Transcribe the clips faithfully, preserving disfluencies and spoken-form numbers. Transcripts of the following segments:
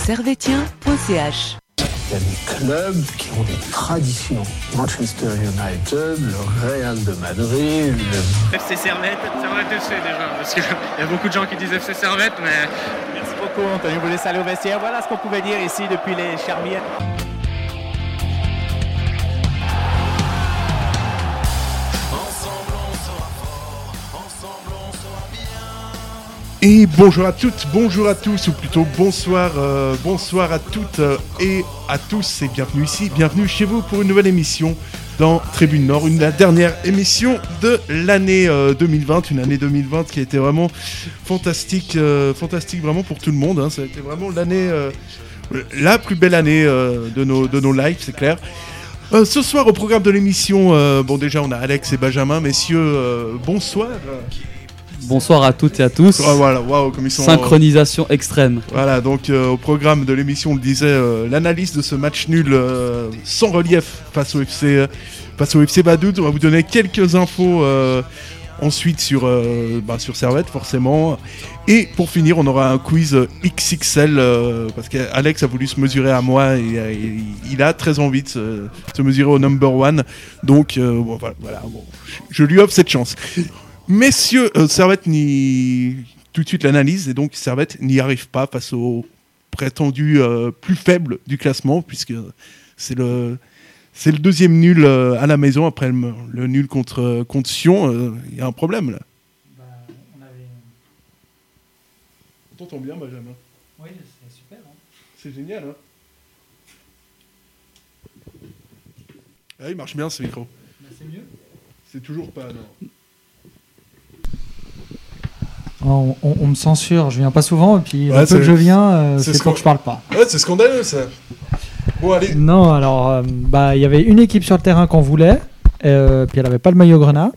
servetien point c h. Il y a des clubs qui ont des traditions. Manchester United, le Real de Madrid, le... F C Servette, Servette F C déjà, parce qu'il y a beaucoup de gens qui disent F C Servette, mais... Merci beaucoup, Anthony. Vous laissez aller au vestiaire. Voilà ce qu'on pouvait dire ici depuis les Charmières. Et bonjour à toutes, bonjour à tous, ou plutôt bonsoir, euh, bonsoir à toutes euh, et à tous, et bienvenue ici, bienvenue chez vous pour une nouvelle émission dans Tribune Nord, une, la dernière émission de l'année euh, deux mille vingt, une année deux mille vingt qui a été vraiment fantastique, euh, fantastique vraiment pour tout le monde, hein, ça a été vraiment l'année, euh, la plus belle année euh, de nos, de nos lives, c'est clair. Euh, ce soir au programme de l'émission, euh, bon déjà on a Alex et Benjamin, messieurs, euh, bonsoir. Bonsoir à toutes et à tous. Oh, voilà, waouh, comme ils sont. Synchronisation euh... extrême. Voilà, donc euh, au programme de l'émission, on le disait, euh, l'analyse de ce match nul euh, sans relief face au F C, euh, face au F C Vaduz. On va vous donner quelques infos euh, ensuite sur, euh, bah, sur Servette, forcément. Et pour finir, on aura un quiz X X L euh, parce qu'Alex a voulu se mesurer à moi et, et il a très envie de se, se mesurer au number one. Donc euh, bon, voilà, voilà bon, je lui offre cette chance. Messieurs, euh, Servette n'y... tout de suite l'analyse, et donc Servette n'y arrive pas face au prétendu euh, plus faible du classement, puisque c'est le, c'est le deuxième nul euh, à la maison, après le, le nul contre, contre Sion. Il euh, y a un problème là. Bah, on avait... On t'entend bien, Benjamin? Oui, c'est super. Hein. C'est génial. Hein, ah, il marche bien ce micro. Bah, c'est mieux. C'est toujours pas, non. On, on, on me censure, je viens pas souvent, et puis ouais, le peu que je viens, euh, c'est, c'est pour que je parle pas. Ouais, c'est scandaleux ça. Bon, allez. Non, alors, euh, bah, il y avait une équipe sur le terrain qu'on voulait, euh, puis elle avait pas le maillot grenat.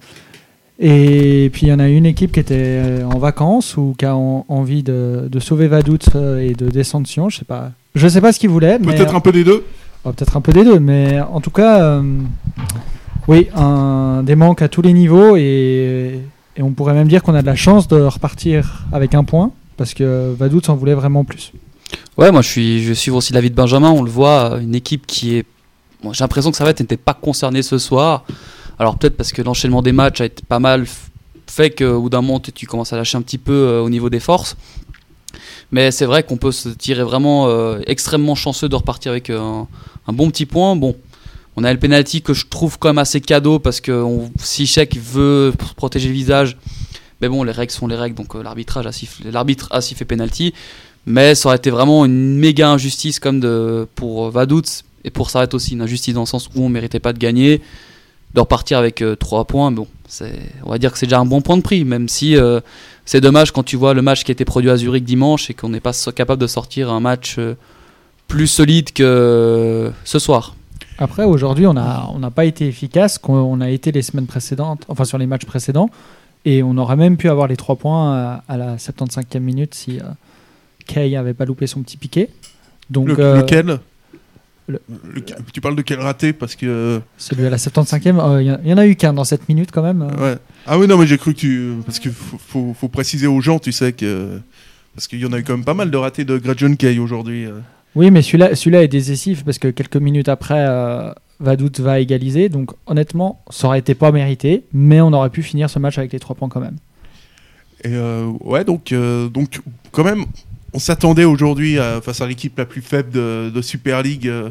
Et puis il y en a une équipe qui était en vacances ou qui a en, envie de, de sauver Vaduz et de descendre Sion, je sais pas. Je sais pas ce qu'ils voulaient. Peut-être mais, un peu des deux. Oh, peut-être un peu des deux, mais en tout cas, euh, oui, un, des manques à tous les niveaux et. Et on pourrait même dire qu'on a de la chance de repartir avec un point, parce que Vaduz en voulait vraiment plus. Ouais, moi je suis, je vais suivre aussi l'avis de Benjamin. On le voit, une équipe qui est... Bon, j'ai l'impression que Servette n'était pas concernée ce soir. Alors peut-être parce que l'enchaînement des matchs a été pas mal fait qu'au bout d'un moment tu commences à lâcher un petit peu euh, au niveau des forces. Mais c'est vrai qu'on peut se tirer vraiment euh, extrêmement chanceux de repartir avec euh, un, un bon petit point. Bon. On a le penalty que je trouve quand même assez cadeau parce que on, si Cheikh veut protéger le visage, mais bon, les règles sont les règles, donc euh, l'arbitrage a sifflé, l'arbitre a sifflé penalty. Mais ça aurait été vraiment une méga injustice comme de, pour Vaduz et pour Servette aussi, une injustice dans le sens où on ne méritait pas de gagner, de repartir avec euh, trois points. Bon, c'est, on va dire que c'est déjà un bon point de prix, même si euh, c'est dommage quand tu vois le match qui a été produit à Zurich dimanche et qu'on n'est pas capable de sortir un match euh, plus solide que euh, ce soir. Après, aujourd'hui, on n'a on n'a pas été efficace qu'on a été les semaines précédentes, enfin sur les matchs précédents, et on aurait même pu avoir les trois points à, à la soixante-quinzième minute si euh, Kay n'avait pas loupé son petit piqué. Donc, le, euh, lequel le, le, Tu parles de quel raté parce que... Celui à la soixante-quinzième, il euh, y, y en a eu qu'un dans sept minutes quand même. Euh. Ouais. Ah oui, non, mais j'ai cru que tu... Parce qu'il faut, faut, faut préciser aux gens, tu sais, que... Parce qu'il y en a eu quand même pas mal de ratés de Gretchen Kay aujourd'hui. Euh. Oui, mais celui-là, celui-là est décisif parce que quelques minutes après, euh, Vaduz va égaliser. Donc honnêtement, ça aurait été pas mérité, mais on aurait pu finir ce match avec les trois points quand même. Et euh, ouais, donc, euh, donc quand même, on s'attendait aujourd'hui à, face à l'équipe la plus faible de, de Super League euh,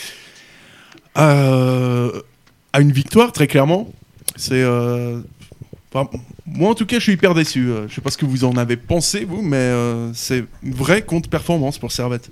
à, à une victoire, très clairement. C'est... Euh, Enfin, moi en tout cas je suis hyper déçu, euh, je sais pas ce que vous en avez pensé vous, mais euh, c'est une vraie contre-performance pour Servette.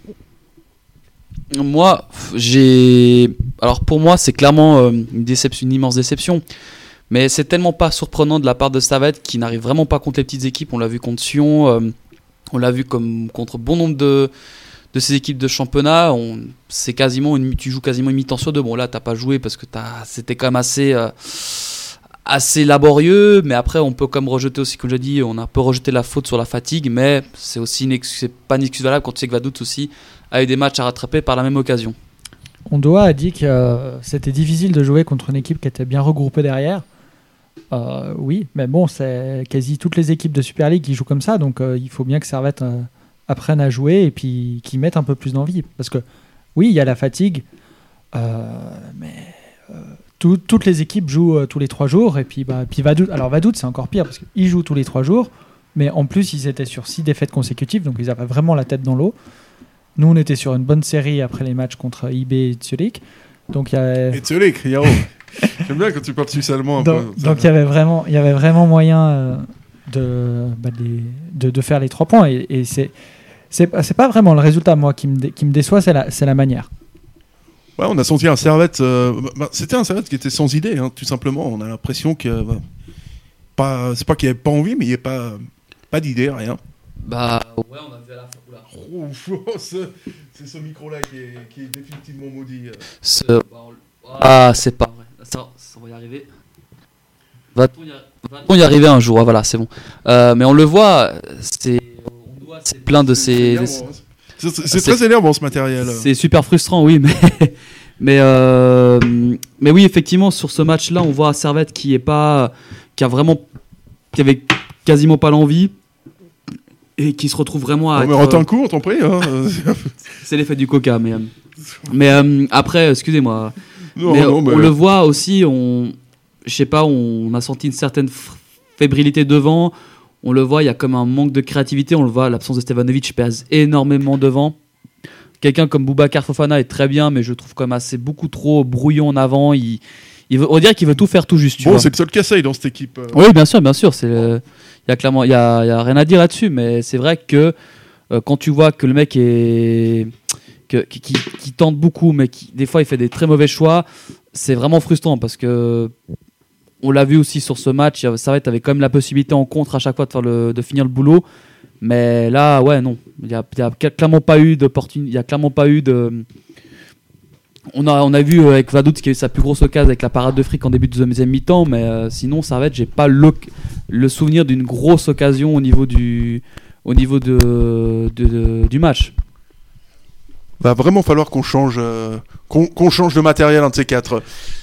Moi j'ai... Alors pour moi c'est clairement euh, une, déception, une immense déception, mais c'est tellement pas surprenant de la part de Servette qui n'arrive vraiment pas contre les petites équipes. On l'a vu contre Sion, euh, on l'a vu comme contre bon nombre de, de ces équipes de championnat. On, c'est quasiment une, tu joues quasiment une mi-temps sur deux. Bon là t'as pas joué parce que t'as, c'était quand même assez... Euh, assez laborieux, mais après on peut comme rejeter aussi, comme je dis, on a un peu rejeté la faute sur la fatigue, mais c'est aussi une excuse, c'est pas une excuse valable quand tu sais que Vaduz aussi a eu des matchs à rattraper par la même occasion. Ondoa a dit que euh, c'était difficile de jouer contre une équipe qui était bien regroupée derrière. Euh, oui, mais bon, c'est quasi toutes les équipes de Super League qui jouent comme ça, donc euh, il faut bien que Servette euh, apprennent à jouer et puis qu'ils mettent un peu plus d'envie. Parce que oui, il y a la fatigue, euh, mais euh, tout, toutes les équipes jouent euh, tous les trois jours. Et puis, bah, puis Vaduz, alors Vaduz, c'est encore pire parce qu'ils jouent tous les trois jours, mais en plus, ils étaient sur six défaites consécutives, donc ils avaient vraiment la tête dans l'eau. Nous, on était sur une bonne série après les matchs contre I B et Zurich. Donc, il y avait... Et Zurich, Yaro. J'aime bien quand tu parles suisse-allemand un donc, peu. Donc, il y avait vraiment, il y avait vraiment moyen euh, de, bah, de, de, de faire les trois points. Et, et c'est, c'est, c'est pas vraiment le résultat, moi, qui me, dé, qui me déçoit, c'est la, c'est la manière. Ouais, on a senti un Servette. Euh, bah, c'était un Servette qui était sans idée, hein, tout simplement. On a l'impression que. Bah, pas, c'est pas qu'il n'y avait pas envie, mais il n'y avait pas, pas d'idée, rien. Bah, ouais, on a vu à la fin. Oula. Oh, oh, ce, c'est ce micro-là qui est, qui est définitivement maudit. Ce... Bah, on... Ah, c'est pas vrai. Ça, ça va y arriver. Va-t-on y, arri- Va-t-on y arriver un jour? Ah, voilà, c'est bon. Euh, mais on le voit, c'est... on doit c'est plein de ces. C'est, c'est, c'est, c'est très énervant ce matériel. C'est super frustrant, oui, mais. Mais, euh, mais oui, effectivement, sur ce match-là, on voit Servette qui est pas, qui a vraiment, qui avait quasiment pas l'envie et qui se retrouve vraiment à. On me retient un coup, on t'en prie. Hein. C'est l'effet du coca, mais mais euh, après, excusez-moi. Non, mais non, mais... on le voit aussi, on, je sais pas, on a senti une certaine fébrilité devant. On le voit, il y a comme un manque de créativité. On le voit, l'absence de Stevanovic pèse énormément devant. Quelqu'un comme Boubacar Fofana est très bien, mais je trouve quand même assez beaucoup trop brouillon en avant. Il, il veut, on dirait qu'il veut tout faire tout juste. Tu bon, vois. c'est le seul qu'essaye dans cette équipe. Oui, bien sûr, bien sûr. C'est le, il y a clairement, il y a, il y a rien à dire là-dessus, mais c'est vrai que euh, quand tu vois que le mec est, que, qui, qui, qui tente beaucoup, mais qui des fois il fait des très mauvais choix, c'est vraiment frustrant parce que on l'a vu aussi sur ce match. Servette avait quand même la possibilité en contre à chaque fois de faire le, de finir le boulot. Mais là, ouais, non. Il n'y a, y a clairement pas eu d'opportunité. Il n'y a clairement pas eu de. On a, on a vu avec Vaduz qui a eu sa plus grosse occasion avec la parade de fric en début de deuxième mi-temps. Mais euh, sinon, Servette, j'ai pas le, le souvenir d'une grosse occasion au niveau du, au niveau de, de, de, du match. Va vraiment falloir qu'on change, euh, qu'on, qu'on change de matériel, un de ces quatre.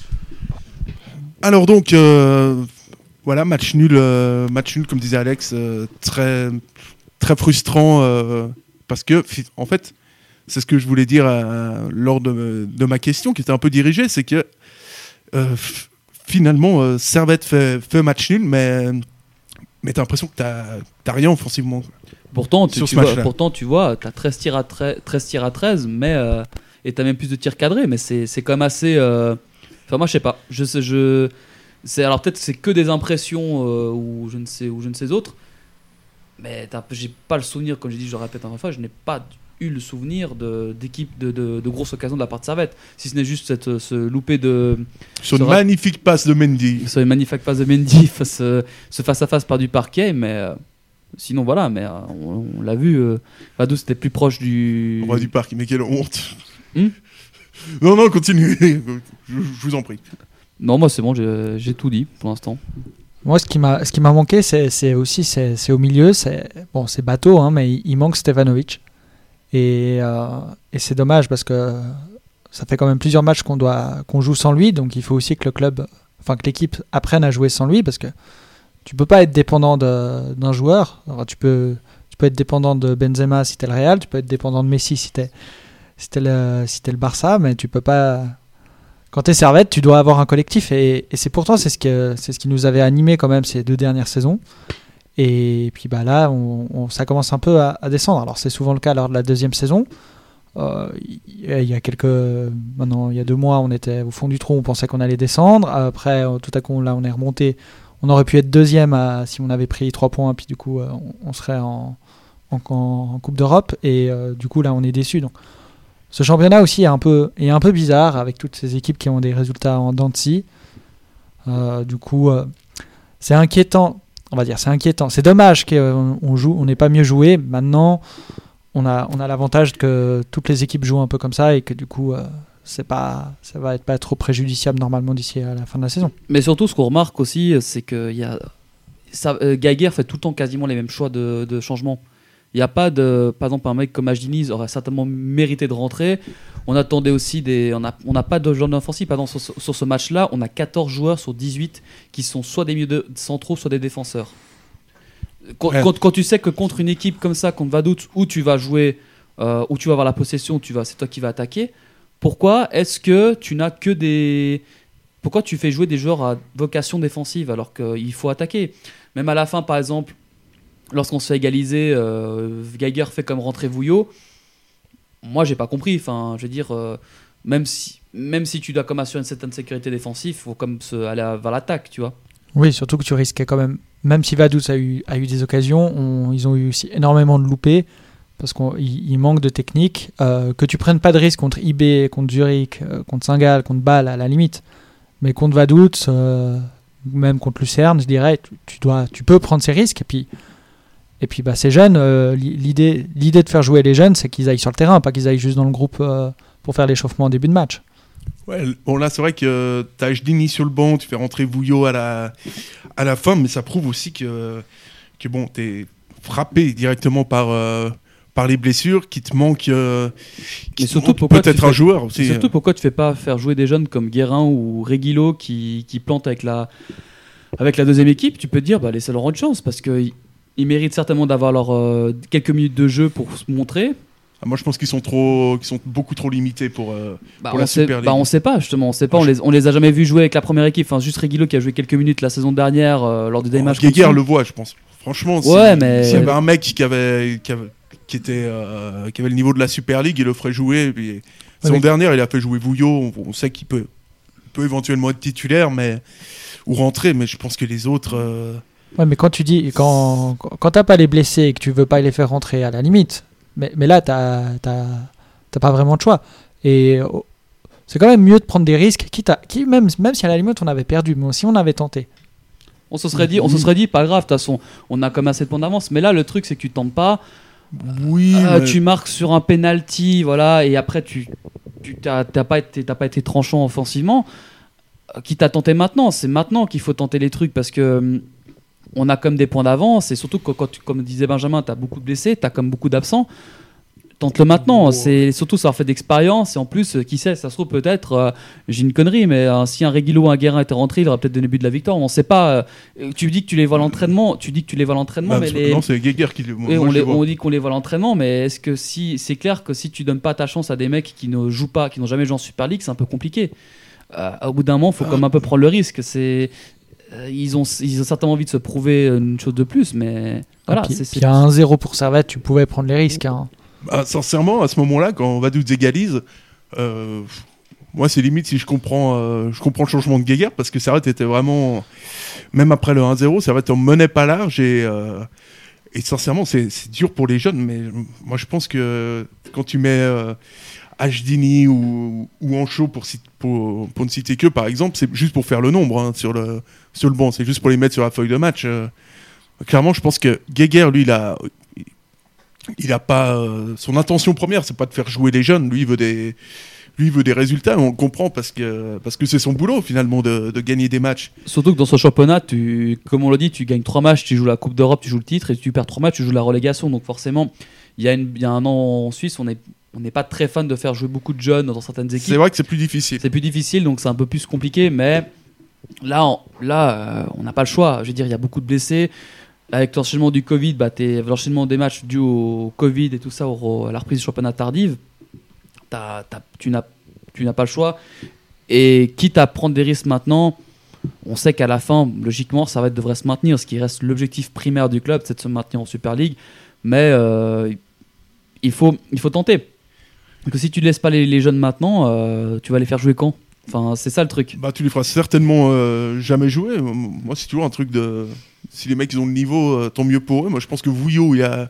Alors donc, euh, voilà, match nul, euh, match nul, comme disait Alex, euh, très. très frustrant euh, parce que en fait c'est ce que je voulais dire euh, lors de, de ma question qui était un peu dirigée, c'est que euh, f- finalement euh, Servette fait, fait match nul mais, mais t'as l'impression que t'as, t'as rien offensivement. Pourtant tu, tu vois, pourtant tu vois t'as treize tirs à treize, treize tirs à treize mais, euh, et t'as même plus de tirs cadrés, mais c'est, c'est quand même assez euh... enfin moi je sais pas je sais, je... C'est, alors peut-être que c'est que des impressions euh, ou je ne sais ou je ne sais autres. Mais j'ai pas le souvenir, comme j'ai dit, je le répète encore une fois, je n'ai pas eu le souvenir de, d'équipe de, de, de grosses occasions de la part de Servette. Si ce n'est juste cette, ce loupé de. Sur une magnifique passe de Mendy. Sur une magnifique passe de Mendy, face, ce face-à-face par du parquet, mais euh, sinon voilà, mais euh, on, on l'a vu, euh, Vaduz était plus proche du. Oh, du parquet, mais quelle honte. Hmm non, non, continuez, je, je vous en prie. Non, moi c'est bon, j'ai, j'ai tout dit pour l'instant. Moi, ce qui m'a, ce qui m'a manqué, c'est, c'est aussi c'est, c'est au milieu. C'est, bon, c'est bateau, hein, mais il, il manque Stevanovic. Et, euh, et c'est dommage parce que ça fait quand même plusieurs matchs qu'on, doit, qu'on joue sans lui. Donc il faut aussi que le club, enfin que l'équipe apprenne à jouer sans lui parce que tu peux pas être dépendant de, d'un joueur. Alors, tu, peux, tu peux être dépendant de Benzema si t'es le Real, tu peux être dépendant de Messi si t'es, si t'es, le, si t'es le Barça, mais tu peux pas. Quand t'es Servette, tu dois avoir un collectif et, et c'est pourtant c'est ce, que, c'est ce qui nous avait animé quand même ces deux dernières saisons. Et puis bah là, on, on, ça commence un peu à, à descendre. Alors c'est souvent le cas lors de la deuxième saison. Euh, il y a quelques, maintenant il y a deux mois, on était au fond du trou, on pensait qu'on allait descendre. Après, tout à coup, là, on est remonté. On aurait pu être deuxième à, si on avait pris trois points, puis du coup, on, on serait en, en, en Coupe d'Europe. Et euh, du coup, là, on est déçus. Donc ce championnat aussi est un peu, est un peu bizarre avec toutes ces équipes qui ont des résultats en dents de scie. Euh, du coup, euh, c'est inquiétant. On va dire, c'est inquiétant. C'est dommage qu'on joue, on n'ait pas mieux joué. Maintenant, on a, on a l'avantage que toutes les équipes jouent un peu comme ça et que du coup, euh, c'est pas, ça va être pas trop préjudiciable normalement d'ici à la fin de la saison. Mais surtout, ce qu'on remarque aussi, c'est que y a, ça, euh, Geiger fait tout le temps quasiment les mêmes choix de, de changement. Il n'y a pas de, par exemple, un mec comme Ajdiniz aurait certainement mérité de rentrer. On attendait aussi des, on n'a on a pas de joueurs offensifs. Par exemple, sur, sur ce match-là, on a quatorze joueurs sur dix-huit qui sont soit des milieux de centraux, soit des défenseurs. quand, Ouais. quand, quand tu sais que contre une équipe comme ça, contre Vaduz, où tu vas jouer, euh, où tu vas avoir la possession, tu vas, c'est toi qui vas attaquer. Pourquoi est-ce que tu n'as que des, pourquoi tu fais jouer des joueurs à vocation défensive alors qu'il faut attaquer? Même à la fin, par exemple, lorsqu'on se fait égaliser, euh, Geiger fait comme rentrer Vouillot. Moi, j'ai pas compris. Enfin, je veux dire, euh, même si, même si tu dois comme assurer une certaine sécurité défensive, faut comme se aller à- vers l'attaque, tu vois. Oui, surtout que tu risquais quand même, même si Vaduz a eu, a eu des occasions, on- ils ont eu aussi énormément de loupés, parce qu'il il manque de technique. Euh, que tu prennes pas de risque contre I B, contre Zurich, euh, contre Saint-Gall, contre Bâle, à la limite. Mais contre Vaduz, euh, même contre Lucerne, je dirais, tu, tu, dois, tu peux prendre ces risques. Et puis, et puis bah, ces jeunes, euh, l'idée, l'idée de faire jouer les jeunes, c'est qu'ils aillent sur le terrain, pas qu'ils aillent juste dans le groupe euh, pour faire l'échauffement en début de match. Ouais, bon là c'est vrai que t'as Jdini sur le banc, tu fais rentrer Vouillot à la, à la fin, mais ça prouve aussi que, que bon, t'es frappé directement par, euh, par les blessures, qui te manque, euh, qui Mais te surtout, manque pourquoi peut-être tu un fais- joueur aussi. Et surtout, pourquoi tu fais pas faire jouer des jeunes comme Guérin ou Reguilot qui, qui plantent avec la, avec la deuxième équipe? Tu peux te dire, bah, laissez-leur une chance parce qu'ils ils méritent certainement d'avoir leur, euh, quelques minutes de jeu pour se montrer. Ah, moi je pense qu'ils sont, trop, qu'ils sont beaucoup trop limités pour, euh, Bah, pour on la sait, Super League. bah, on sait pas, justement. On sait pas. Moi, On je- les, on les a jamais vus jouer avec la première équipe. Enfin, juste Reguilot qui a joué quelques minutes la saison dernière euh, lors du dernier match. Geiger contre le Sion. voit, je pense. Franchement, si- Ouais, mais- s'il y avait un mec qui avait, qui avait, qui était, euh, qui avait le niveau de la Super League, il le ferait jouer. Et puis, saison mais- dernière, il a fait jouer Vouillot. On, on sait qu'il peut, peut éventuellement être titulaire, mais ou rentrer. Mais je pense que les autres. euh, Ouais, mais quand tu dis, quand, quand quand t'as pas les blessés et que tu veux pas les faire rentrer, à la limite. Mais, mais là, t'as, t'as, t'as pas vraiment de choix. Et oh, c'est quand même mieux de prendre des risques, quitte à, qui, même, même si à la limite on avait perdu, mais si on avait tenté. On se serait dit, on se serait dit, pas grave. De toute façon, on a comme assez de points d'avance. Mais là, le truc, c'est que tu tentes pas. Oui, Euh, mais- Tu marques sur un penalty, voilà, et après tu, tu t'as, t'as pas été, t'as pas été tranchant offensivement. Euh, Qui t'a tenté maintenant? C'est maintenant qu'il faut tenter les trucs parce que hum, on a comme des points d'avance et surtout que quand tu, comme disait Benjamin, t'as beaucoup de blessés, t'as comme beaucoup d'absents. Tente-le maintenant. Oh. C'est surtout ça leur fait d'expérience et en plus, euh, qui sait, ça se trouve peut-être, euh, j'ai une connerie, mais euh, si un Reguilot ou un Guérin était rentré, il aurait peut-être donné le but de la victoire. On sait pas. euh, tu dis que tu les vois à l'entraînement, tu dis que tu les vois à l'entraînement, bah, mais parce que- les Non, c'est Geiger qui le. moi, oui, moi, on, je les- le vois. on dit qu'on les voit à l'entraînement, mais est-ce que si c'est clair que si tu donnes pas ta chance à des mecs qui ne jouent pas, qui n'ont jamais joué en Super League, c'est un peu compliqué. Euh, au bout d'un moment, il faut quand même un peu prendre le risque. C'est euh, ils ont ils ont certainement envie de se prouver une chose de plus, mais voilà. puis, c'est- puis c'est- à un zéro pour Servette, tu pouvais prendre les risques. Hein. Bah, sincèrement, à ce moment-là, quand Vaduz égalise, euh, moi, c'est limite si je comprends, euh, je comprends le changement de Geiger parce que Servette était vraiment, même après le un zéro, Servette en menait pas large et, euh, et sincèrement, c'est c'est dur pour les jeunes, mais moi, je pense que quand tu mets euh, Hdini ou, ou Ancho pour, cit- pour, pour ne citer que, par exemple, c'est juste pour faire le nombre hein, sur, le, sur le banc, c'est juste pour les mettre sur la feuille de match. euh. Clairement, je pense que Geiger, lui, il a. Il a pas euh, son intention première, c'est pas de faire jouer les jeunes. Lui, il veut des, lui, il veut des résultats. On le comprend parce que parce que c'est son boulot finalement de, de gagner des matchs. Surtout que dans ce championnat, tu, comme on l'a dit, tu gagnes trois matchs, tu joues la Coupe d'Europe, tu joues le titre, et tu perds trois matchs, tu joues la relégation. Donc forcément, il y a, une- il y a un an en Suisse, on est on n'est pas très fan de faire jouer beaucoup de jeunes dans certaines équipes. C'est vrai que c'est plus difficile. C'est plus difficile, donc c'est un peu plus compliqué, mais là, on, là euh, on n'a pas le choix. Je veux dire, il y a beaucoup de blessés. Avec l'enchaînement du Covid, bah, t'es- l'enchaînement des matchs dû au Covid et tout ça, au- à la reprise du championnat tardive, t'as- t'as- tu n'as tu n'as pas le choix. Et quitte à prendre des risques maintenant, on sait qu'à la fin, logiquement, ça va être, devrait se maintenir. Ce qui reste l'objectif primaire du club, c'est de se maintenir en Super League. Mais euh, il, faut, il faut tenter. Donc, si tu ne laisses pas les, les jeunes maintenant, euh, tu vas les faire jouer quand? Enfin, c'est ça le truc. Bah, tu les feras certainement euh, jamais jouer. Moi, c'est toujours un truc de. Si les mecs ils ont le niveau, euh, tant mieux pour eux. Moi, je pense que Vouillot, il a.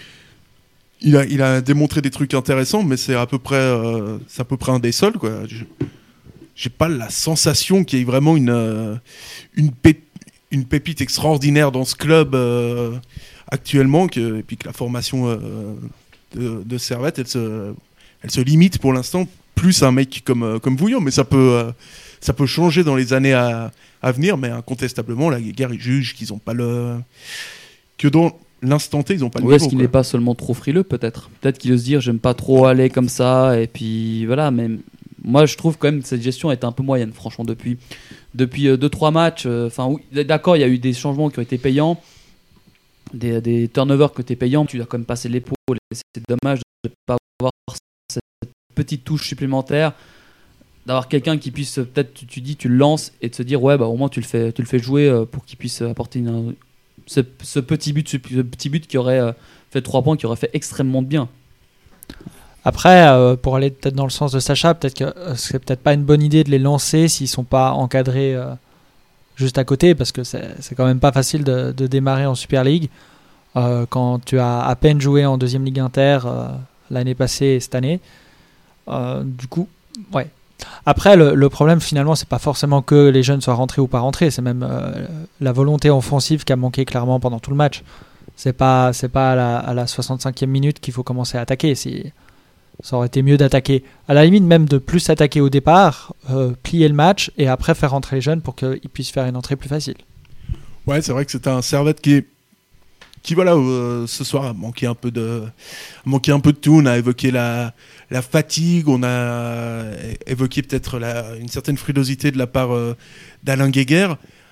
Il a, il a démontré des trucs intéressants, mais c'est à peu près, euh, c'est à peu près un des seuls, quoi. Je- J'ai pas la sensation qu'il y ait vraiment une, euh, une, pé- une pépite extraordinaire dans ce club euh, actuellement, que, et puis que la formation euh, de, de Servette, elle se, elle se limite pour l'instant plus à un mec comme, euh, comme Vouillot, mais ça peut, euh, ça peut changer dans les années à, à venir, mais incontestablement, la guerre, ils jugent qu'ils ont pas le. Que dans l'instant T, ils ont pas le Ou est-ce niveau. qu'il quoi. n'est pas seulement trop frileux, peut-être? Peut-être qu'il veut se dire, j'aime pas trop aller comme ça, et puis voilà, mais moi je trouve quand même que cette gestion est un peu moyenne, franchement, depuis depuis deux trois matchs. Enfin, oui, d'accord, il y a eu des changements qui ont été payants. des, des turnovers que tu es payant, tu dois quand même passer l'épaule. Et c'est dommage de ne pas avoir cette petite touche supplémentaire, d'avoir quelqu'un qui puisse, peut-être tu, tu dis, tu le lances et de se dire, ouais, bah, au moins tu le fais, tu le fais jouer pour qu'il puisse apporter une, ce, ce, petit but, ce petit but qui aurait fait trois points, qui aurait fait extrêmement de bien. Après, euh, pour aller peut-être dans le sens de Sacha, peut-être que euh, c'est peut-être pas une bonne idée de les lancer s'ils sont pas encadrés euh, juste à côté, parce que c'est, c'est quand même pas facile de, de démarrer en Super League euh, quand tu as à peine joué en deuxième Ligue Inter euh, l'année passée et cette année. Euh, du coup, ouais. Après, le, le problème finalement, c'est pas forcément que les jeunes soient rentrés ou pas rentrés, c'est même euh, la volonté offensive qui a manqué clairement pendant tout le match. C'est pas, c'est pas à la, à la soixante-cinquième minute qu'il faut commencer à attaquer. C'est, ça aurait été mieux d'attaquer, à la limite même de plus attaquer au départ, euh, plier le match et après faire rentrer les jeunes pour qu'ils puissent faire une entrée plus facile. Ouais, c'est vrai que c'était un Servette qui, qui voilà, euh, ce soir a manqué un peu de, a manqué un peu de tout. On a évoqué la, la fatigue, on a évoqué peut-être la, une certaine frilosité de la part euh, d'Alain Guéguer.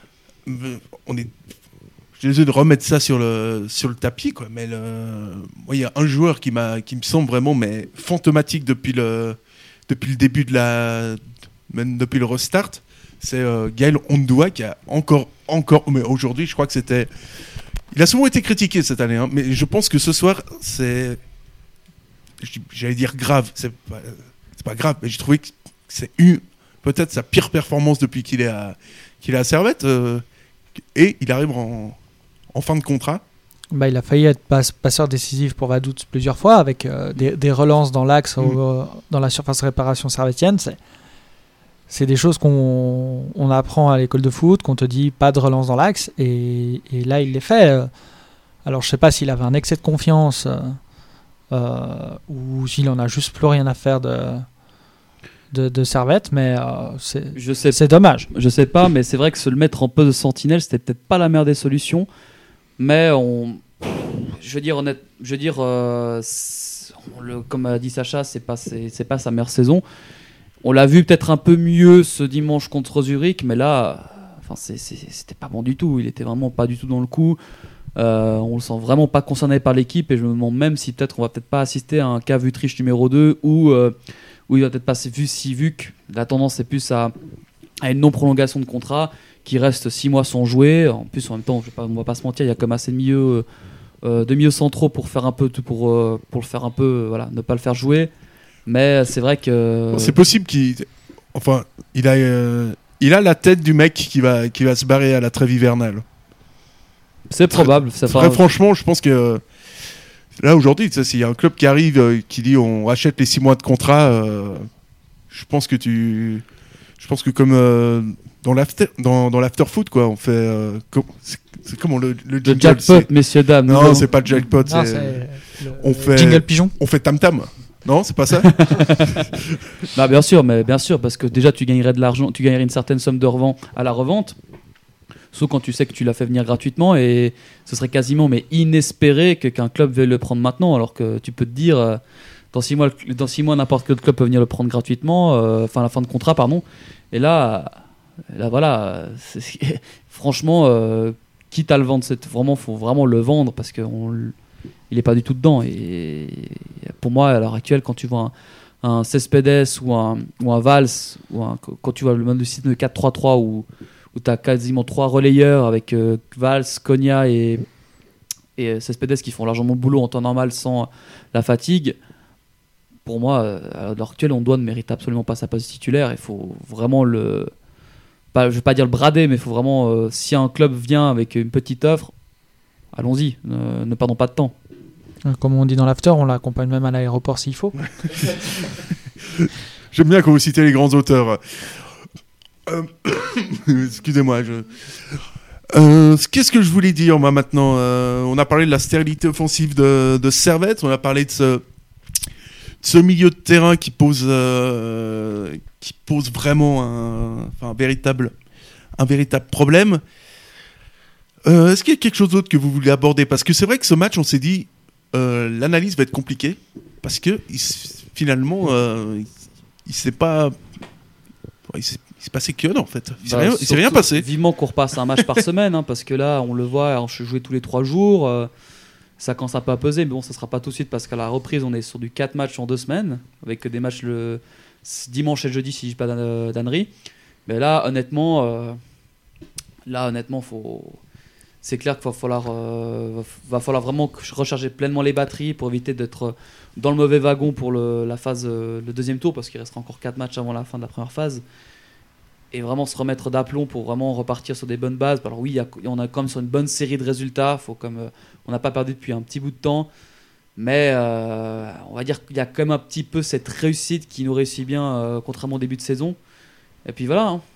On est Je suis désolé de remettre ça sur le, sur le tapis, quoi. Mais il y a un joueur qui, m'a, qui me semble vraiment mais, fantomatique depuis le, depuis le début de la. Même depuis le restart. C'est euh, Gaël Ondoa qui a encore. encore mais aujourd'hui, je crois que c'était. Il a souvent été critiqué cette année, hein, mais je pense que ce soir, c'est. J'allais dire grave. C'est pas, c'est pas grave, mais j'ai trouvé que c'est eu peut-être sa pire performance depuis qu'il est à, qu'il est à Servette. Euh, et il arrive en. En fin de contrat. Bah, il a failli être passe- passeur décisif pour Vaduz plusieurs fois avec euh, des, des relances dans l'axe, mmh. au, dans la surface de réparation servettienne. C'est, c'est des choses qu'on on apprend à l'école de foot, qu'on te dit pas de relance dans l'axe, et, et là il les fait. Alors je sais pas s'il avait un excès de confiance euh, ou s'il en a juste plus rien à faire de, de, de Servette, mais euh, c'est, je sais, c'est dommage. Je sais pas, mais c'est vrai que se le mettre en poste de sentinelle, c'était peut-être pas la meilleure des solutions. Mais on, je veux dire honnête, je veux dire, euh, le, comme a dit Sacha, c'est pas, c'est, c'est pas sa meilleure saison. On l'a vu peut-être un peu mieux ce dimanche contre Zurich, mais là, enfin, c'est, c'est, c'était pas bon du tout. Il était vraiment pas du tout dans le coup. Euh, on le sent vraiment pas concerné par l'équipe, et je me demande même si peut-être on va peut-être pas assister à un cas Vutriche numéro deux où, euh, où il va peut-être pas vu si vu que la tendance est plus à, à une non prolongation de contrat, qui reste six mois sans jouer. En plus, en même temps, je vais pas, on va pas se mentir, il y a comme assez de milieux, euh, de milieux centraux pour faire un peu, pour, euh, pour le faire un peu, euh, voilà, ne pas le faire jouer. Mais c'est vrai que c'est possible qu'il, enfin, il a, euh, il a la tête du mec qui va, qui va se barrer à la trêve hivernale. C'est probable. Très, très franchement, je pense que là aujourd'hui, s'il y a un club qui arrive, euh, qui dit on rachète les six mois de contrat, euh, je pense que tu, je pense que comme euh, Dans l'after, dans, dans l'after foot, quoi, on fait. Euh, com- c'est, c'est comment le, le jingle, le jackpot, c'est... messieurs dames. Non, non, c'est pas le jackpot. Non, c'est... c'est le, on fait. Jingle pigeon. On fait tam tam. Non, c'est pas ça. Bah, bien sûr, mais bien sûr, parce que déjà tu gagnerais de l'argent, tu gagnerais une certaine somme de revente à la revente. Sauf quand tu sais que tu l'as fait venir gratuitement, et ce serait quasiment mais inespéré que, qu'un club veuille le prendre maintenant, alors que tu peux te dire. Euh, Dans six mois, dans six mois, n'importe quel club peut venir le prendre gratuitement, euh, enfin la fin de contrat, pardon. Et là, là voilà, c'est, franchement, euh, quitte à le vendre, c'est, vraiment, faut vraiment le vendre parce qu'il n'est pas du tout dedans. Et pour moi, à l'heure actuelle, quand tu vois un, un Cespedes ou un, ou un Valls, ou un, quand tu vois le même système de quatre trois trois où, où tu as quasiment trois relayeurs avec euh, Valls, Konya et, et Cespedes qui font largement le boulot en temps normal sans la fatigue. Pour moi, à l'heure actuelle, on ne mérite absolument pas sa place titulaire. Il faut vraiment le. Pas, je ne vais pas dire le brader, mais il faut vraiment. Euh, si un club vient avec une petite offre, allons-y, ne, ne perdons pas de temps. Comme on dit dans l'after, on l'accompagne même à l'aéroport s'il faut. J'aime bien quand vous citez les grands auteurs. Euh... Excusez-moi. Je... Euh, qu'est-ce que je voulais dire, moi, maintenant euh, on a parlé de la stérilité offensive de, de Servette, on a parlé de ce. Ce milieu de terrain qui pose, euh, qui pose vraiment un, enfin, un, véritable, un véritable problème. Euh, est-ce qu'il y a quelque chose d'autre que vous voulez aborder ? Parce que c'est vrai que ce match, on s'est dit, euh, l'analyse va être compliquée, parce que il, finalement, euh, il ne s'est pas... Il s'est, il s'est passé que en fait. Il s'est Bah, rien, il s'est rien surtout, passé. Vivement qu'on repasse un match par semaine, hein, parce que là, on le voit, on joue tous les trois jours. Euh, ça commence un peu à peser, mais bon, ça sera pas tout de suite parce qu'à la reprise, on est sur du quatre matchs en deux semaines, avec des matchs le dimanche et le jeudi, si je dis pas d'an- d'ânerie. Mais là, honnêtement, euh, là, honnêtement, faut. C'est clair qu'il va falloir, euh, va falloir vraiment recharger pleinement les batteries pour éviter d'être dans le mauvais wagon pour le, la phase, euh, le deuxième tour, parce qu'il restera encore quatre matchs avant la fin de la première phase. Et vraiment se remettre d'aplomb pour vraiment repartir sur des bonnes bases. Alors oui, il y a, on a quand même sur une bonne série de résultats. Faut comme, euh, on n'a pas perdu depuis un petit bout de temps. Mais euh, on va dire qu'il y a quand même un petit peu cette réussite qui nous réussit bien, euh, contrairement au début de saison. Et puis voilà. Hein.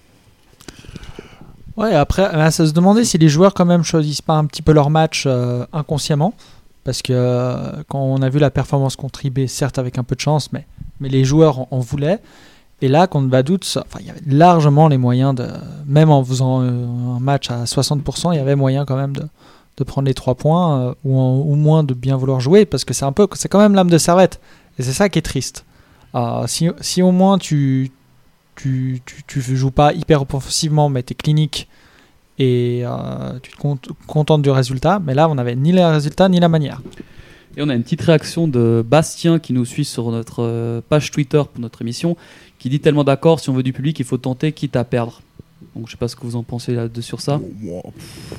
Ouais, après, là, ça se demandait si les joueurs quand même choisissent pas un petit peu leur match euh, inconsciemment. Parce que euh, quand on a vu la performance contre I B, certes avec un peu de chance, mais, mais les joueurs en, en voulaient. Et là, contre Vaduz, enfin, il y avait largement les moyens de, même en faisant euh, un match à soixante pour cent, il y avait moyen quand même de, de prendre les trois points euh, ou en- au moins de bien vouloir jouer, parce que c'est un peu, c'est quand même l'âme de Servette, et c'est ça qui est triste. Euh, si, si au moins tu tu, tu tu joues pas hyper offensivement, mais t'es clinique et euh, tu te cont- contentes du résultat, mais là on n'avait ni le résultat ni la manière. Et on a une petite réaction de Bastien qui nous suit sur notre euh, page Twitter pour notre émission, qui dit tellement d'accord, si on veut du public, il faut tenter quitte à perdre. Donc je sais pas ce que vous en pensez là-dessus sur ça. Bon, moi, pff.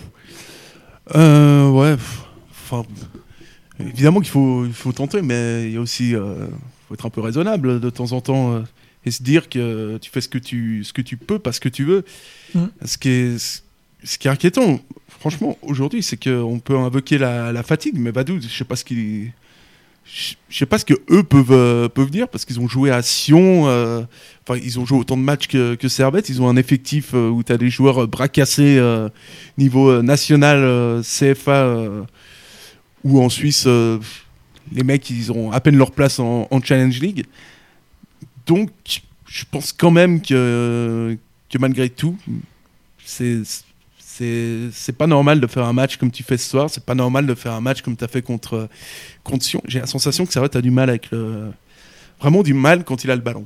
Euh, ouais. pff, Enfin, évidemment qu'il faut, il faut tenter, mais il y a aussi, euh, faut être un peu raisonnable de temps en temps euh, et se dire que tu fais ce que tu, ce que tu peux, pas ce que tu veux. Mm. Ce qui est, ce qui est inquiétant, franchement, aujourd'hui, c'est qu'on peut invoquer la, la fatigue, mais Vaduz, je sais pas ce qu'il, je je sais pas ce que eux peuvent euh, peuvent dire parce qu'ils ont joué à Sion, euh, enfin ils ont joué autant de matchs que, que Servette, ils ont un effectif euh, où tu as des joueurs euh, bras cassés euh, niveau euh, national euh, C F A euh, ou en Suisse euh, les mecs ils ont à peine leur place en, en Challenge League. Donc je pense quand même que que malgré tout c'est C'est, c'est pas normal de faire un match comme tu fais ce soir, c'est pas normal de faire un match comme tu as fait contre, contre Sion. J'ai la sensation que Servette a du mal avec le. Vraiment du mal quand il a le ballon.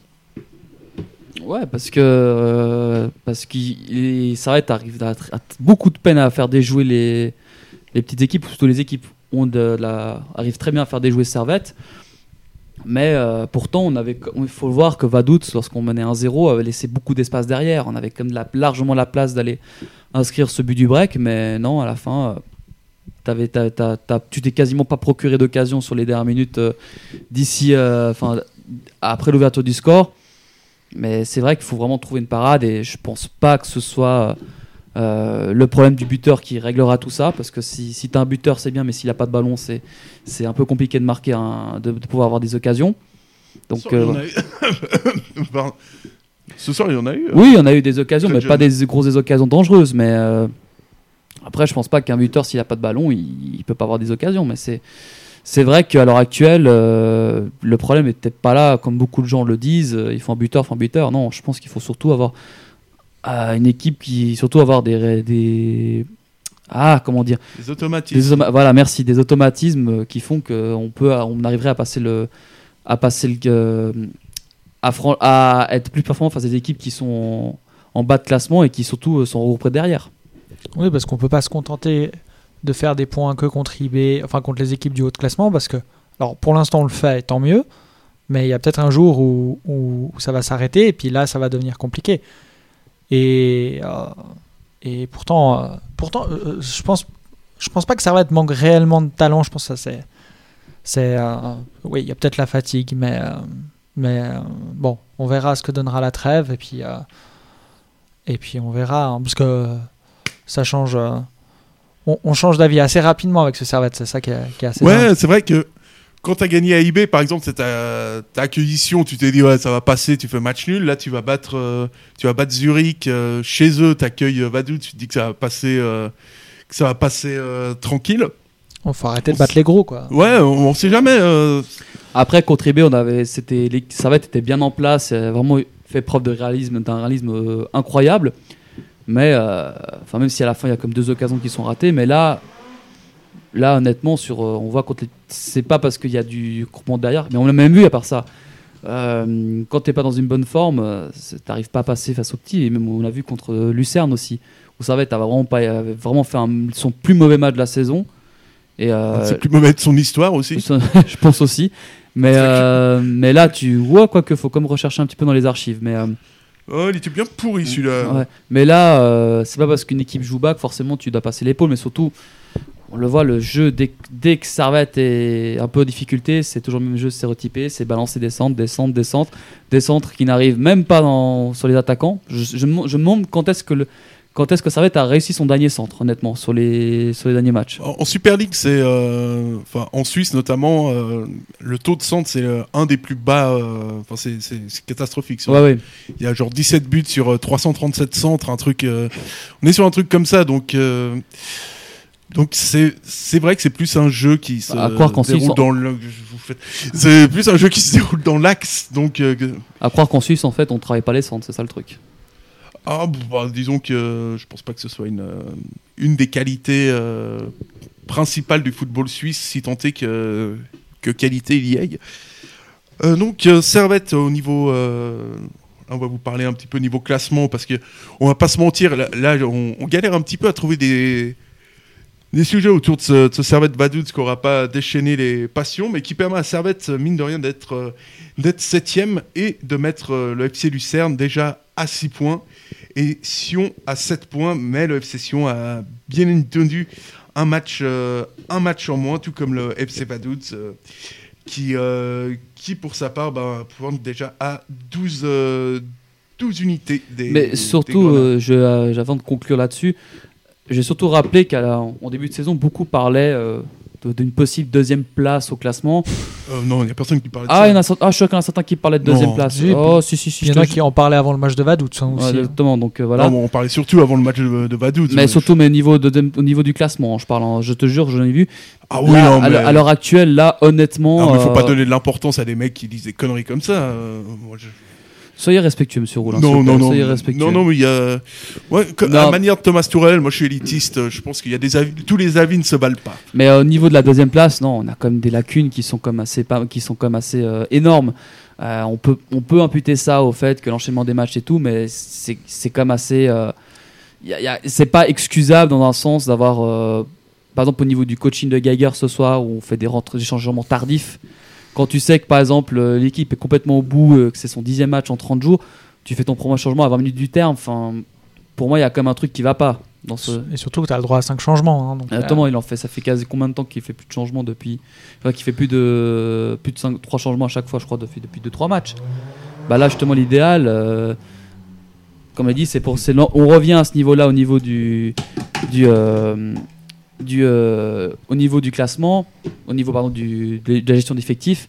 Ouais, parce que euh, parce qu'il Servette arrive à, à beaucoup de peine à faire déjouer les les petites équipes, surtout les équipes ont de la arrivent très bien à faire déjouer Servette. Mais euh, pourtant, on avait, il faut voir que Vaduz, lorsqu'on menait un zéro, avait laissé beaucoup d'espace derrière. On avait comme la, largement la place d'aller inscrire ce but du break, mais non, à la fin, euh, t'avais, t'as, t'as, t'as, tu t'es quasiment pas procuré d'occasion sur les dernières minutes euh, d'ici, euh, enfin, après l'ouverture du score. Mais c'est vrai qu'il faut vraiment trouver une parade et je pense pas que ce soit euh, le problème du buteur qui réglera tout ça, parce que si, si t'as un buteur, c'est bien, mais s'il a pas de ballon, c'est, c'est un peu compliqué de marquer, un, de, de pouvoir avoir des occasions. Donc, Ce soir, euh, il y en a eu. Pardon. Ce soir, il y en a eu. oui, il y en a eu des occasions, Très mais jeune. pas des grosses des occasions dangereuses. Mais euh, après, je pense pas qu'un buteur, s'il a pas de ballon, il, il peut pas avoir des occasions. Mais c'est c'est vrai qu'à l'heure actuelle, euh, le problème est peut-être pas là, comme beaucoup de gens le disent. euh, Il faut un buteur, il faut un buteur. Non, je pense qu'il faut surtout avoir euh, une équipe qui, surtout avoir des des ah comment dire, Les automatismes. des automa- voilà, merci, des automatismes qui font qu'on peut, on arriverait à passer le à passer le euh, à, fran- à être plus performant face à des équipes qui sont en, en bas de classement et qui surtout euh, sont regroupées derrière. Oui, parce qu'on peut pas se contenter de faire des points que contre I B, enfin contre les équipes du haut de classement, parce que, alors pour l'instant on le fait, tant mieux, mais il y a peut-être un jour où, où, où ça va s'arrêter, et puis là ça va devenir compliqué. Et, euh, et pourtant, euh, pourtant euh, je pense, je pense pas que Servette manque réellement de talent, je pense que ça c'est, c'est, euh, oui, il y a peut-être la fatigue, mais, euh, mais euh, bon, on verra ce que donnera la trêve, et puis, euh, et puis on verra, hein, parce que ça change. Euh, on, on change d'avis assez rapidement avec ce Servette, c'est ça qui est, qui est assez dingue. Ouais, c'est vrai que quand t'as gagné à I B, par exemple, c'est ta, ta acquisition, tu t'es dit ouais ça va passer, tu fais match nul. Là, tu vas battre, euh, tu vas battre Zurich euh, chez eux, t'accueilles euh, Vaduz, tu te dis que ça va passer, euh, que ça va passer euh, tranquille. Il faut arrêter de battre les gros, quoi. Ouais, on, on sait jamais. euh, Après contre I B, on avait, c'était, les Servette était bien en place, a vraiment fait preuve de réalisme, d'un réalisme euh, incroyable. Mais euh, enfin même si à la fin il y a comme deux occasions qui sont ratées, mais là. Là, honnêtement, sur, euh, on voit contre les... c'est pas parce qu'il y a du groupement derrière, mais on l'a même vu à part ça. Euh, quand t'es pas dans une bonne forme, euh, c'est- t'arrives pas à passer face aux petits. Et même on l'a vu contre euh, Lucerne aussi, où Servette a vraiment pas, avait vraiment fait un, son plus mauvais match de la saison. Et euh, C'est plus mauvais de son histoire aussi. je pense aussi. Mais euh, mais là, tu vois quoi que faut comme rechercher un petit peu dans les archives. Mais euh, Oh, il était bien pourri celui-là. ouais. Mais là, euh, c'est pas parce qu'une équipe joue bas que forcément tu dois passer l'épaule, mais surtout, on le voit, le jeu, dès, dès que Servette est un peu en difficulté, c'est toujours le même jeu stéréotypé, c'est balancer des centres, des centres, des centres, des centres qui n'arrivent même pas dans, sur les attaquants. Je, je, me- je me demande quand est-ce que le, quand est-ce que Servette a réussi son dernier centre, honnêtement, sur les, sur les derniers matchs. En, en Super League, c'est, euh, enfin, en Suisse notamment, euh, le taux de centre c'est euh, un des plus bas. euh, Enfin, c'est, c'est, c'est catastrophique. Ouais, ouais. Il y a genre dix-sept buts sur euh, trois cent trente-sept centres, un truc. euh, on est sur un truc comme ça, donc. euh, donc c'est c'est vrai que c'est plus un jeu qui se À croire qu'en Suisse, déroule on- dans le je vous fais- c'est plus un jeu qui se déroule dans l'axe, donc euh, que- À croire qu'en Suisse, en fait, on travaille pas les centres, c'est ça le truc. ah, bah, disons que euh, je pense pas que ce soit une, euh, une des qualités euh, principales du football suisse, si tant est que, que qualité il y ait. Euh, donc, euh, Servette au niveau. euh, là, on va vous parler un petit peu niveau classement, parce que on va pas se mentir, là, là, on, on galère un petit peu à trouver des, des sujets autour de ce, de ce Servette Vaduz qui n'aura pas déchaîné les passions, mais qui permet à Servette, mine de rien, d'être euh, d'être septième et de mettre euh, le F C Lucerne déjà à six points. Et Sion à sept points, mais le F C Sion a bien entendu un match, euh, un match en moins, tout comme le F C Vaduz, euh, qui, euh, qui pour sa part bah, pointe déjà à douze, euh, douze unités. Des, Mais des surtout, Grenats. euh, je, euh, avant de conclure là-dessus, j'ai surtout rappelé qu'en début de saison, beaucoup parlaient euh, de- d'une possible deuxième place au classement. Euh, non, il n'y a personne qui parlait de Ah, ça. il y en a, cert- ah, je suis sûr qu'il y en a certains qui parlaient de deuxième Non. place. Si, Oh, si, si, si. Il y je en a te- qui en parlaient avant le match de Vaduz hein, Ouais, aussi. hein. exactement, donc euh, voilà. Non, bon, on parlait surtout avant le match de, de Vaduz. Mais ouais. surtout, mais au niveau, de, de- au niveau du classement, je parle, en- je te jure, j'en ai vu. Ah oui, Là, non, à mais... l'heure- à l'heure actuelle, là, honnêtement. Non, mais faut euh, pas donner de l'importance à des mecs qui disent des conneries comme ça. euh, moi, je- Soyez respectueux, monsieur Roulin. s'il Non, vous plaît, non, non. Soyez respectueux. Non, non, mais il y a. Ouais, que- à Non. la manière de Thomas Tourelle, moi je suis élitiste, je pense qu'il y a des avis. Tous les avis ne se valent pas. Mais euh, au niveau de la deuxième place, non, on a quand même des lacunes qui sont comme assez, pas, qui sont comme assez euh, énormes. Euh, on peut, on peut imputer ça au fait que l'enchaînement des matchs et tout, mais c'est, c'est comme assez. euh, y a- y a- c'est pas excusable dans un sens d'avoir, euh, par exemple, au niveau du coaching de Geiger ce soir où on fait des, rentrées, des changements tardifs. Quand tu sais que par exemple euh, l'équipe est complètement au bout, euh, que c'est son dixième match en trente jours, tu fais ton premier changement à vingt minutes du terme. Enfin, pour moi, il y a quand même un truc qui va pas dans ce. Et surtout que tu as le droit à cinq changements. hein, donc, euh, Exactement, il en fait. Ça fait quasi combien de temps qu'il fait plus de changements depuis. Enfin, qu'il fait plus de plus de cinq, trois changements à chaque fois, je crois, depuis depuis deux trois matchs. Bah là, justement, l'idéal, euh, comme elle dit, c'est pour. C'est, on revient à ce niveau-là, au niveau du du euh, du euh, au niveau du classement, au niveau pardon du de la gestion d'effectifs.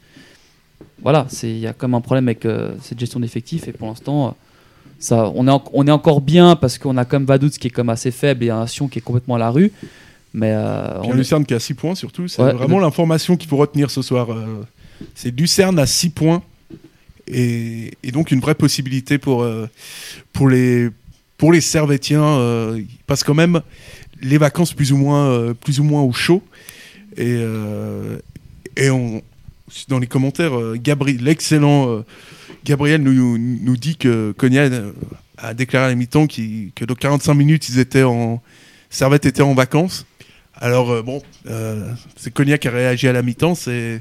Voilà, c'est il y a comme un problème avec euh, cette gestion d'effectifs et pour l'instant. Euh, ça, on, est en- on est encore bien parce qu'on a comme Vaduz qui est comme assez faible et un Sion qui est complètement à la rue. Mais euh, Puis on un est- Lucerne qui a six points surtout, c'est Ouais, vraiment mais- l'information qu'il faut retenir ce soir. euh, c'est Lucerne à six points et, et donc une vraie possibilité pour, euh, pour, les, pour les Servettiens. Euh, ils passent quand même les vacances plus ou moins, euh, plus ou moins au chaud. Et, euh, et on, dans les commentaires, euh, Gabri- l'excellent euh, Gabriel nous, nous dit que Cognac euh, a déclaré à la mi-temps qu'il- que dans quarante-cinq minutes, ils étaient en, Servette était en vacances. Alors, euh, bon, euh, c'est Cognac qui a réagi à la mi-temps. C'est,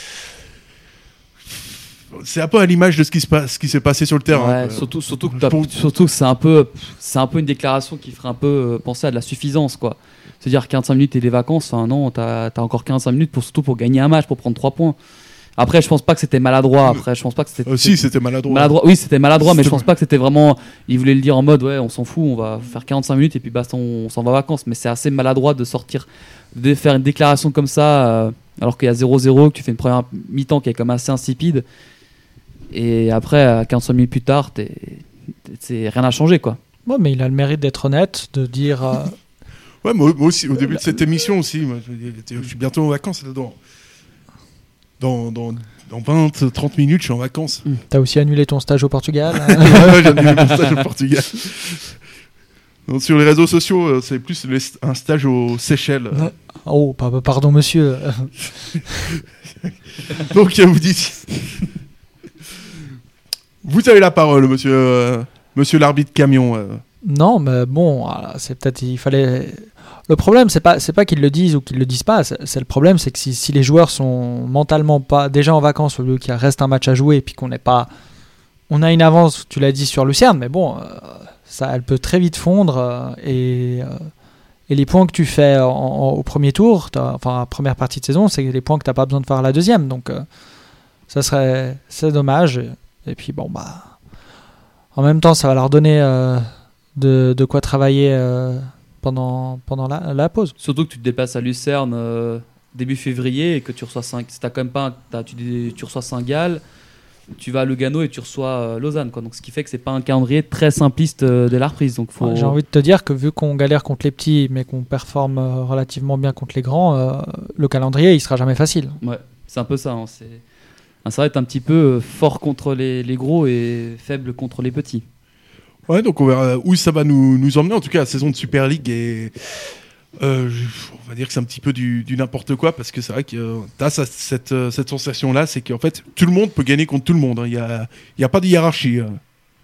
c'est un peu à l'image de ce qui, se passe, ce qui s'est passé sur le terrain. Ouais, Euh, surtout, surtout, que t'as- pour- surtout que c'est un peu, c'est un peu une déclaration qui ferait un peu euh, penser à de la suffisance, quoi. C'est-à-dire quarante-cinq minutes et des vacances, enfin non, t'as, t'as encore quarante-cinq minutes pour surtout pour gagner un match, pour prendre trois points. Après, je pense pas que c'était maladroit. Après, je pense pas que c'était. Euh, si, c'était maladroit. Maladroit, oui, c'était maladroit, mais je C'était- pense pas que c'était vraiment. Il voulait le dire en mode, ouais, on s'en fout, on va faire quarante-cinq minutes et puis basta, on, on s'en va en vacances. Mais c'est assez maladroit de sortir, de faire une déclaration comme ça, euh, alors qu'il y a zéro zéro, que tu fais une première mi-temps qui est comme assez insipide. Et après, à quarante-cinq minutes plus tard, t'es, t'es- c'est rien n'a changé, quoi. Ouais, mais il a le mérite d'être honnête, de dire. euh, Ouais, moi, moi aussi, au début de cette émission aussi, moi, je, me dis, je suis bientôt en vacances. là, Dans, dans, dans, dans vingt trente minutes, je suis en vacances. T'as aussi annulé ton stage au Portugal. hein. Ouais, j'ai annulé mon stage au Portugal. Donc, sur les réseaux sociaux, euh, c'est plus les- un stage aux Seychelles. Ouais. Oh, pa- pardon, monsieur. Donc, euh, vous dites. Vous avez la parole, monsieur, euh, monsieur l'arbitre camion. Euh. Non, mais bon, c'est peut-être il fallait. Le problème, c'est pas c'est pas qu'ils le disent ou qu'ils le disent pas. C'est, c'est le problème, c'est que si, si les joueurs sont mentalement pas déjà en vacances au lieu qu'il reste un match à jouer et puis qu'on n'est pas, on a une avance. Tu l'as dit sur Lucerne, mais bon, euh, ça, elle peut très vite fondre euh, et euh, et les points que tu fais en, en, au premier tour, enfin la première partie de saison, c'est les points que t'as pas besoin de faire à la deuxième. Donc euh, ça serait c'est dommage. Et puis bon bah, en même temps, ça va leur donner euh, de de quoi travailler. Euh, pendant, pendant la, la pause. Surtout que tu te déplaces à Lucerne euh, début février et que tu reçois cinq, t'as quand même pas, t'as, tu, tu reçois Saint-Gall, tu vas à Lugano et tu reçois euh, Lausanne, quoi. Donc ce qui fait que c'est pas un calendrier très simpliste euh, dès la reprise. Donc faut... ouais, j'ai envie de te dire que vu qu'on galère contre les petits mais qu'on performe euh, relativement bien contre les grands, euh, le calendrier il sera jamais facile. Ouais, c'est un peu ça. Hein, c'est... ça va être un petit peu fort contre les, les gros et faible contre les petits. Ouais, donc on verra où ça va nous, nous emmener. En tout cas, la saison de Super League est, euh, on va dire que c'est un petit peu du, du n'importe quoi parce que c'est vrai que euh, t'as ça, cette, euh, cette sensation-là, c'est qu'en fait tout le monde peut gagner contre tout le monde. Il hein. y a, il y a pas de hiérarchie. Hein.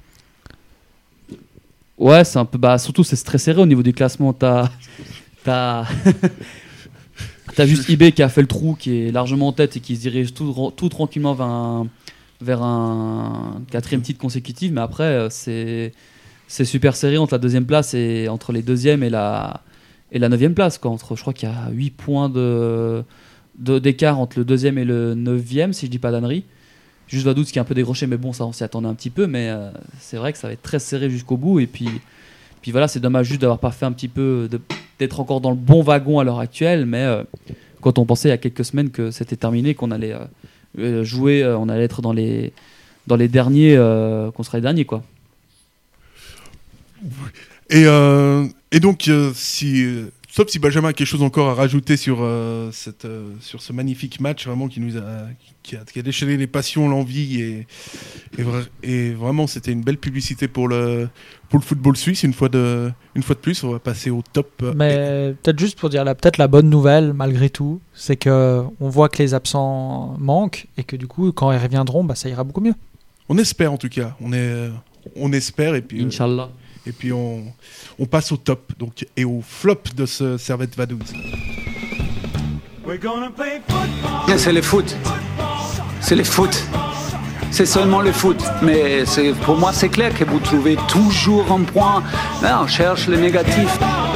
Ouais, c'est un peu, bah surtout c'est très serré au niveau du classement. T'as, t'as, t'as juste I B qui a fait le trou, qui est largement en tête et qui se dirige tout, tout tranquillement vers un. vers un quatrième titre consécutif, mais après c'est c'est super serré entre la deuxième place et entre les deuxièmes et la et la neuvième place quoi. Entre, je crois qu'il y a huit points de, de d'écart entre le deuxième et le neuvième si je dis pas d'ânerie. Juste Vaduz qui est un peu décroché, mais bon ça on s'y attendait un petit peu, mais euh, c'est vrai que ça va être très serré jusqu'au bout et puis puis voilà, c'est dommage juste d'avoir pas fait un petit peu de, d'être encore dans le bon wagon à l'heure actuelle, mais euh, quand on pensait il y a quelques semaines que c'était terminé, qu'on allait euh, Euh, jouer, euh, on allait être dans les dans les derniers, euh, qu'on serait les derniers quoi. Et euh, et donc euh, si euh, sauf si Benjamin a quelque chose encore à rajouter sur euh, cette euh, sur ce magnifique match vraiment qui nous a qui a, qui a déchaîné les passions, l'envie et et, vra- et vraiment c'était une belle publicité pour le pour le football suisse une fois de une fois de plus. On va passer au top. Mais et... peut-être juste pour dire là, peut-être la bonne nouvelle malgré tout, c'est que on voit que les absents manquent et que du coup quand ils reviendront, bah ça ira beaucoup mieux. On espère en tout cas. On est on espère et puis. Inch'Allah. Euh, Et puis on, on passe au top donc, et au flop de ce Servette Vaduz. C'est le foot. C'est le foot. C'est seulement le foot. Mais c'est, pour moi, c'est clair que vous trouvez toujours un point. Là, on cherche le négatif.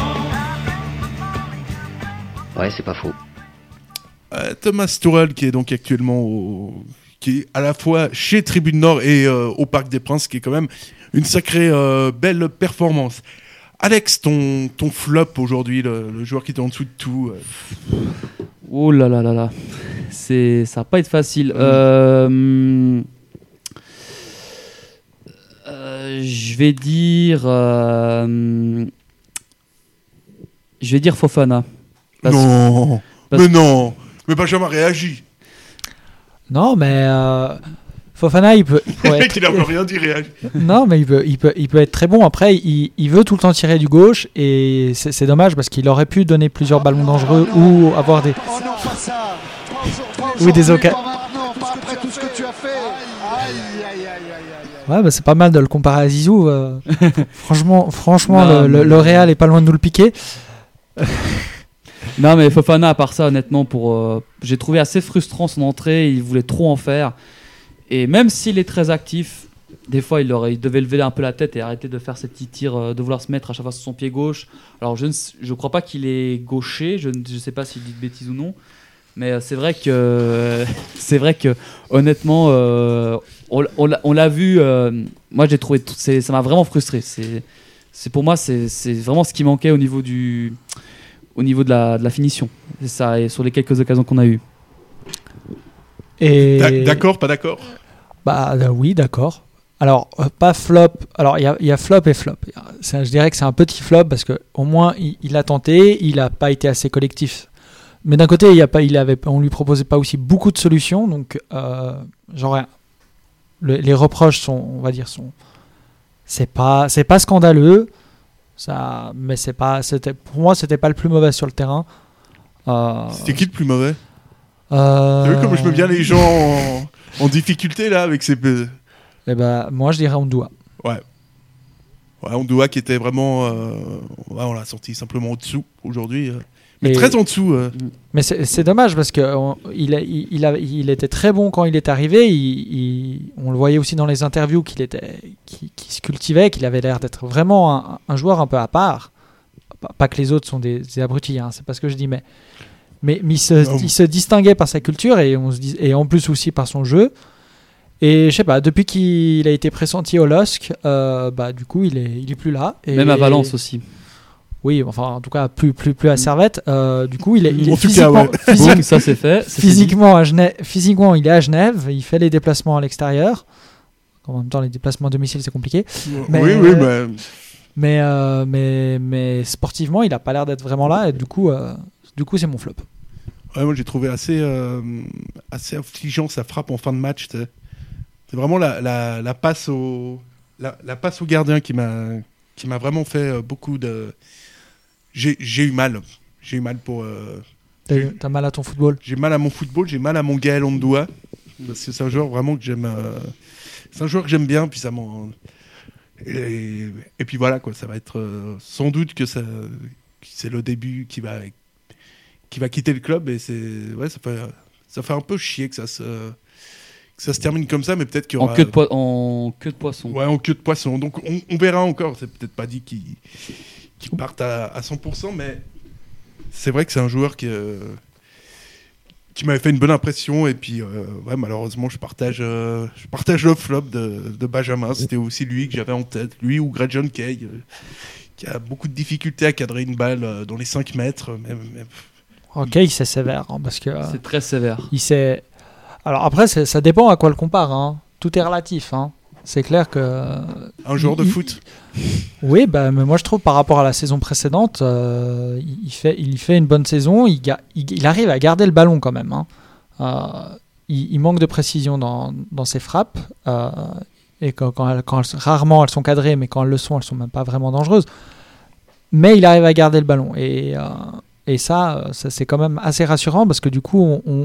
Ouais, c'est pas faux. Euh, Thomas Tuchel qui est donc actuellement au... qui est à la fois chez Tribune Nord et euh, au Parc des Princes, qui est quand même une sacrée euh, belle performance. Alex, ton, ton flop aujourd'hui, le, le joueur qui était en dessous de tout. Euh... Oh là là là là, c'est, ça va pas être facile. Mmh. Euh, euh, je vais dire, euh, je vais dire Fofana. Parce, non, parce mais non, mais Benjamin réagit. Non, mais euh, Fofana, il peut. Il peut être... il n'a rien dit, réagit. Non, mais il peut, il peut, il peut être très bon. Après, il, il veut tout le temps tirer du gauche et c'est, c'est dommage parce qu'il aurait pu donner plusieurs ballons dangereux ou avoir des. Oh non, pas ça. Oui, des occasions. Après tout ce que tu as fait. Aïe, aïe, aïe, aïe. Ouais, bah c'est pas mal de le comparer à Zizou. Euh. franchement, franchement, non, le, mais... le, le Real est pas loin de nous le piquer. Non, mais Fofana, à part ça, honnêtement, pour, euh, j'ai trouvé assez frustrant son entrée. Il voulait trop en faire. Et même s'il est très actif, des fois, il, aurait, il devait lever un peu la tête et arrêter de faire ses petits tirs, euh, de vouloir se mettre à chaque fois sur son pied gauche. Alors, je ne je crois pas qu'il est gaucher. Je ne je sais pas s'il dit de bêtises ou non. Mais euh, c'est vrai que, c'est vrai que honnêtement, euh, on, on, l'a, on l'a vu. Euh, moi, j'ai trouvé, c'est, ça m'a vraiment frustré. C'est, c'est pour moi, c'est, c'est vraiment ce qui manquait au niveau du. Au niveau de la, de la finition, c'est ça, et sur les quelques occasions qu'on a eues. Et... D'accord, pas d'accord ? Bah euh, oui, d'accord. Alors, euh, pas flop. Alors, il y, y a flop et flop. C'est, je dirais que c'est un petit flop parce qu'au moins, il, il a tenté, il n'a pas été assez collectif. Mais d'un côté, il y a pas, il avait, on ne lui proposait pas aussi beaucoup de solutions. Donc, euh, genre, le, les reproches sont, on va dire, sont... C'est pas, c'est pas scandaleux. Ça, mais c'est pas, c'était, pour moi, c'était pas le plus mauvais sur le terrain. Euh, c'était qui le plus mauvais ? euh... Tu vois comme je mets bien les gens en, en difficulté là avec ces. Et ben, moi, je dirais Ondoa. Ouais. Ouais, Ondoa qui était vraiment. Euh... Ouais, on l'a sorti simplement au-dessous aujourd'hui. Euh... Mais et... très en dessous. Euh... Mais c'est, c'est dommage parce qu'il il, il, il, a, il était très bon quand il est arrivé. Il, il, on le voyait aussi dans les interviews qu'il, était, qu'il, qu'il se cultivait, qu'il avait l'air d'être vraiment un, un joueur un peu à part. Pas que les autres sont des, des abrutis, hein, c'est pas ce que je dis, mais, mais, mais il, se, il se distinguait par sa culture et, on se dis, et en plus aussi par son jeu. Et je sais pas, depuis qu'il a été pressenti au L O S C, euh, bah, du coup, il est, il est plus là. Et, Même à Valence aussi. Oui, enfin, en tout cas, plus, plus, plus à Servette. Euh, du coup, il est, il est en physiquement. Tout cas, ouais. physique, ça, c'est fait. C'est physiquement, à Genève, physiquement, il est à Genève. Il fait les déplacements à l'extérieur. En même temps, les déplacements à domicile, c'est compliqué. Mais, oui, oui, mais. Mais, euh, mais, mais sportivement, il n'a pas l'air d'être vraiment là. Et du coup, euh, du coup c'est mon flop. Ouais, moi, j'ai trouvé assez, euh, assez affligeant sa frappe en fin de match. T'sais. C'est vraiment la, la, la, passe au, la, la passe au gardien qui m'a, qui m'a vraiment fait beaucoup de... J'ai, j'ai eu mal. J'ai eu mal pour... Euh... T'as, eu, t'as mal à ton football? J'ai mal à mon football, j'ai mal à mon Gaël Ondoa. Parce que c'est un joueur vraiment que j'aime... Euh... C'est un joueur que j'aime bien, puis ça m'en... Et, et puis voilà, quoi, ça va être euh, sans doute que, ça, que c'est le début qui va, qui va quitter le club. Et c'est, ouais, ça, fait, ça fait un peu chier que ça se... Que ça se termine comme ça, mais peut-être qu'il y aura... En queue de, po- en queue de poisson. Ouais, en queue de poisson. Donc on, on verra encore. C'est peut-être pas dit qu'il, qu'il parte à, à cent pour cent, mais c'est vrai que c'est un joueur qui, euh, qui m'avait fait une bonne impression. Et puis, euh, ouais, malheureusement, je partage, euh, je partage le flop de, de Benjamin. C'était aussi lui que j'avais en tête. Lui ou Greg John Kay, euh, qui a beaucoup de difficultés à cadrer une balle euh, dans les cinq mètres. Mais, mais... Ok, c'est sévère. Hein, parce que, euh, c'est très sévère. Il s'est... Alors après, c'est, ça dépend à quoi le compare. Hein. Tout est relatif. Hein. C'est clair que... Un joueur de il, foot. Oui, bah, mais moi je trouve par rapport à la saison précédente, euh, il, fait, il fait une bonne saison. Il, ga- il, il arrive à garder le ballon quand même. Hein. Euh, il, il manque de précision dans, dans ses frappes. Euh, et quand, quand, elles, quand elles, rarement elles sont cadrées, mais quand elles le sont, elles sont même pas vraiment dangereuses. Mais il arrive à garder le ballon. Et, euh, et ça, ça, c'est quand même assez rassurant parce que du coup, on... on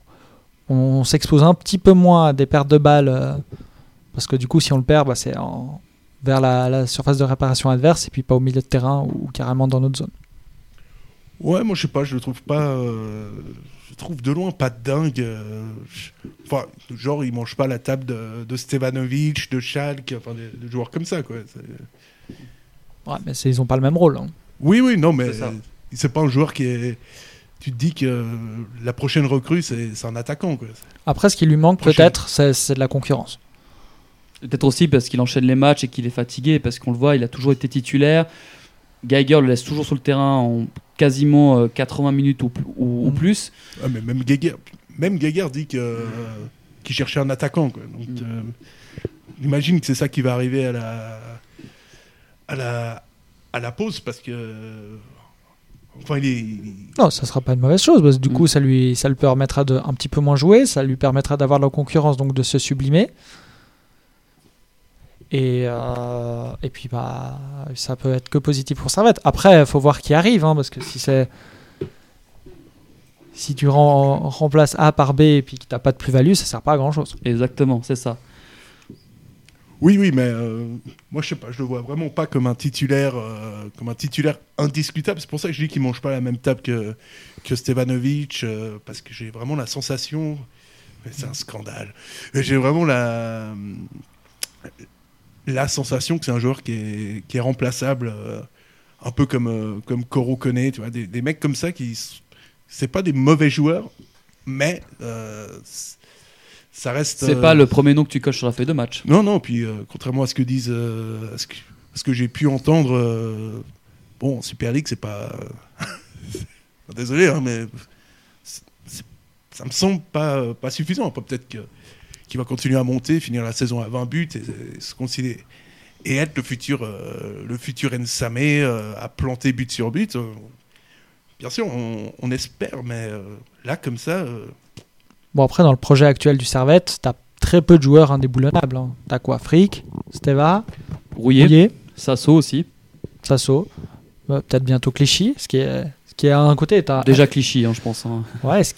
on s'expose un petit peu moins à des pertes de balles euh, parce que du coup si on le perd bah, c'est en, vers la, la surface de réparation adverse et puis pas au milieu de terrain ou, ou carrément dans notre zone. Ouais, moi je sais pas, je le trouve pas euh, je trouve de loin pas dingue euh, enfin genre il mange pas la table de, de Stevanovic, de Schalke, enfin des, des joueurs comme ça quoi. C'est... Ouais, mais c'est, ils ont pas le même rôle. Hein. Oui oui non mais c'est, c'est pas un joueur qui est... Tu te dis que euh, la prochaine recrue, c'est, c'est un attaquant. Quoi. Après, ce qui lui manque Prochaine. peut-être, c'est, c'est de la concurrence. Peut-être aussi parce qu'il enchaîne les matchs et qu'il est fatigué, parce qu'on le voit, il a toujours été titulaire. Geiger le laisse toujours sur le terrain en quasiment euh, quatre-vingts minutes ou, ou, mmh. ou plus. Ouais, mais même Geiger, même Geiger dit que, euh, qu'il cherchait un attaquant. Quoi. Donc, mmh. euh, j'imagine que c'est ça qui va arriver à la, à la, à la pause, parce que... Euh, Enfin, il est... Non, ça sera pas une mauvaise chose parce que du mmh. coup ça lui ça lui permettra de un petit peu moins jouer, ça lui permettra d'avoir de la concurrence, donc de se sublimer. Et euh, et puis bah ça peut être que positif pour Servette. Après, il faut voir qui arrive hein, parce que si c'est si tu rem- remplaces A par B et puis que t'as pas de plus-value, ça sert pas à grand-chose. Exactement, c'est ça. Oui, oui, mais euh, moi je sais pas, je le vois vraiment pas comme un titulaire, euh, comme un titulaire indiscutable. C'est pour ça que je dis qu'il mange pas la même table que que Stevanovic, euh, parce que j'ai vraiment la sensation, mais c'est un scandale. J'ai vraiment la la sensation que c'est un joueur qui est qui est remplaçable, euh, un peu comme euh, comme Koro Koné, tu vois, des, des mecs comme ça qui c'est pas des mauvais joueurs, mais euh, ça reste. C'est euh... pas le premier nom que tu coches sur la feuille de match. Non, non. Puis euh, contrairement à ce que disent, euh, à, ce que, à ce que j'ai pu entendre, euh, bon, en Super League, c'est pas. Désolé, hein, mais c'est, c'est, ça me semble pas pas suffisant. Après, peut-être que, qu'il va continuer à monter, finir la saison à vingt buts et, et se considérer et être le futur euh, le futur Nsamé euh, à planter but sur but. Euh, bien sûr, on, on espère, mais euh, là, comme ça. Euh, Bon, après, dans le projet actuel du Servette, t'as très peu de joueurs indéboulonnables. Hein. T'as quoi? Frick, Steva, Rouillet, Rouillet. Sasso aussi. Sasso. Euh, peut-être bientôt Clichy, ce qui est, ce qui est à un côté. T'as... Déjà Clichy, hein, je pense. Hein. Ouais, ce qui est...